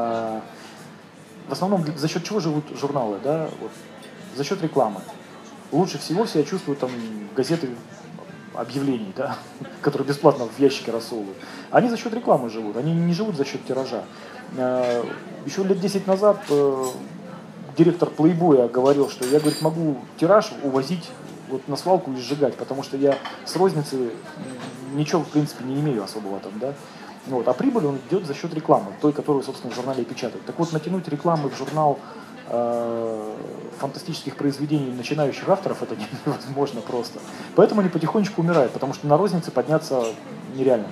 В основном за счет чего живут журналы, да? Вот, за счет рекламы. Лучше всего себя чувствуют там газеты объявлений, да, которые бесплатно в ящике рассовывают. Они за счет рекламы живут, они не живут за счет тиража. Еще лет 10 назад директор Playboy говорил, что я, говорит, могу тираж увозить вот на свалку и сжигать, потому что я с розницы ничего, в принципе, не имею особого там, да. Вот. А прибыль он идет за счет рекламы, той, которую, собственно, в журнале печатают. Так вот, натянуть рекламы в журнал фантастических произведений начинающих авторов это невозможно просто. Поэтому они потихонечку умирают, потому что на рознице подняться нереально.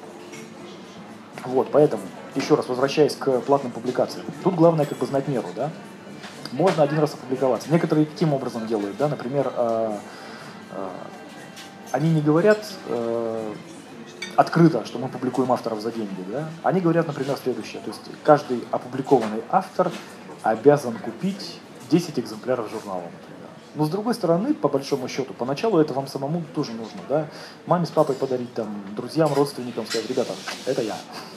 Вот, поэтому, еще раз, возвращаясь к платным публикациям, тут главное как бы знать меру, да. Можно один раз опубликоваться. Некоторые таким образом делают, да, например, они не говорят открыто, что мы публикуем авторов за деньги, да. Они говорят, например, следующее, то есть каждый опубликованный автор обязан купить 10 экземпляров журнала, например. Но с другой стороны, по большому счету, поначалу это вам самому тоже нужно, да. Маме с папой подарить, там, друзьям, родственникам, сказать, ребята, это я.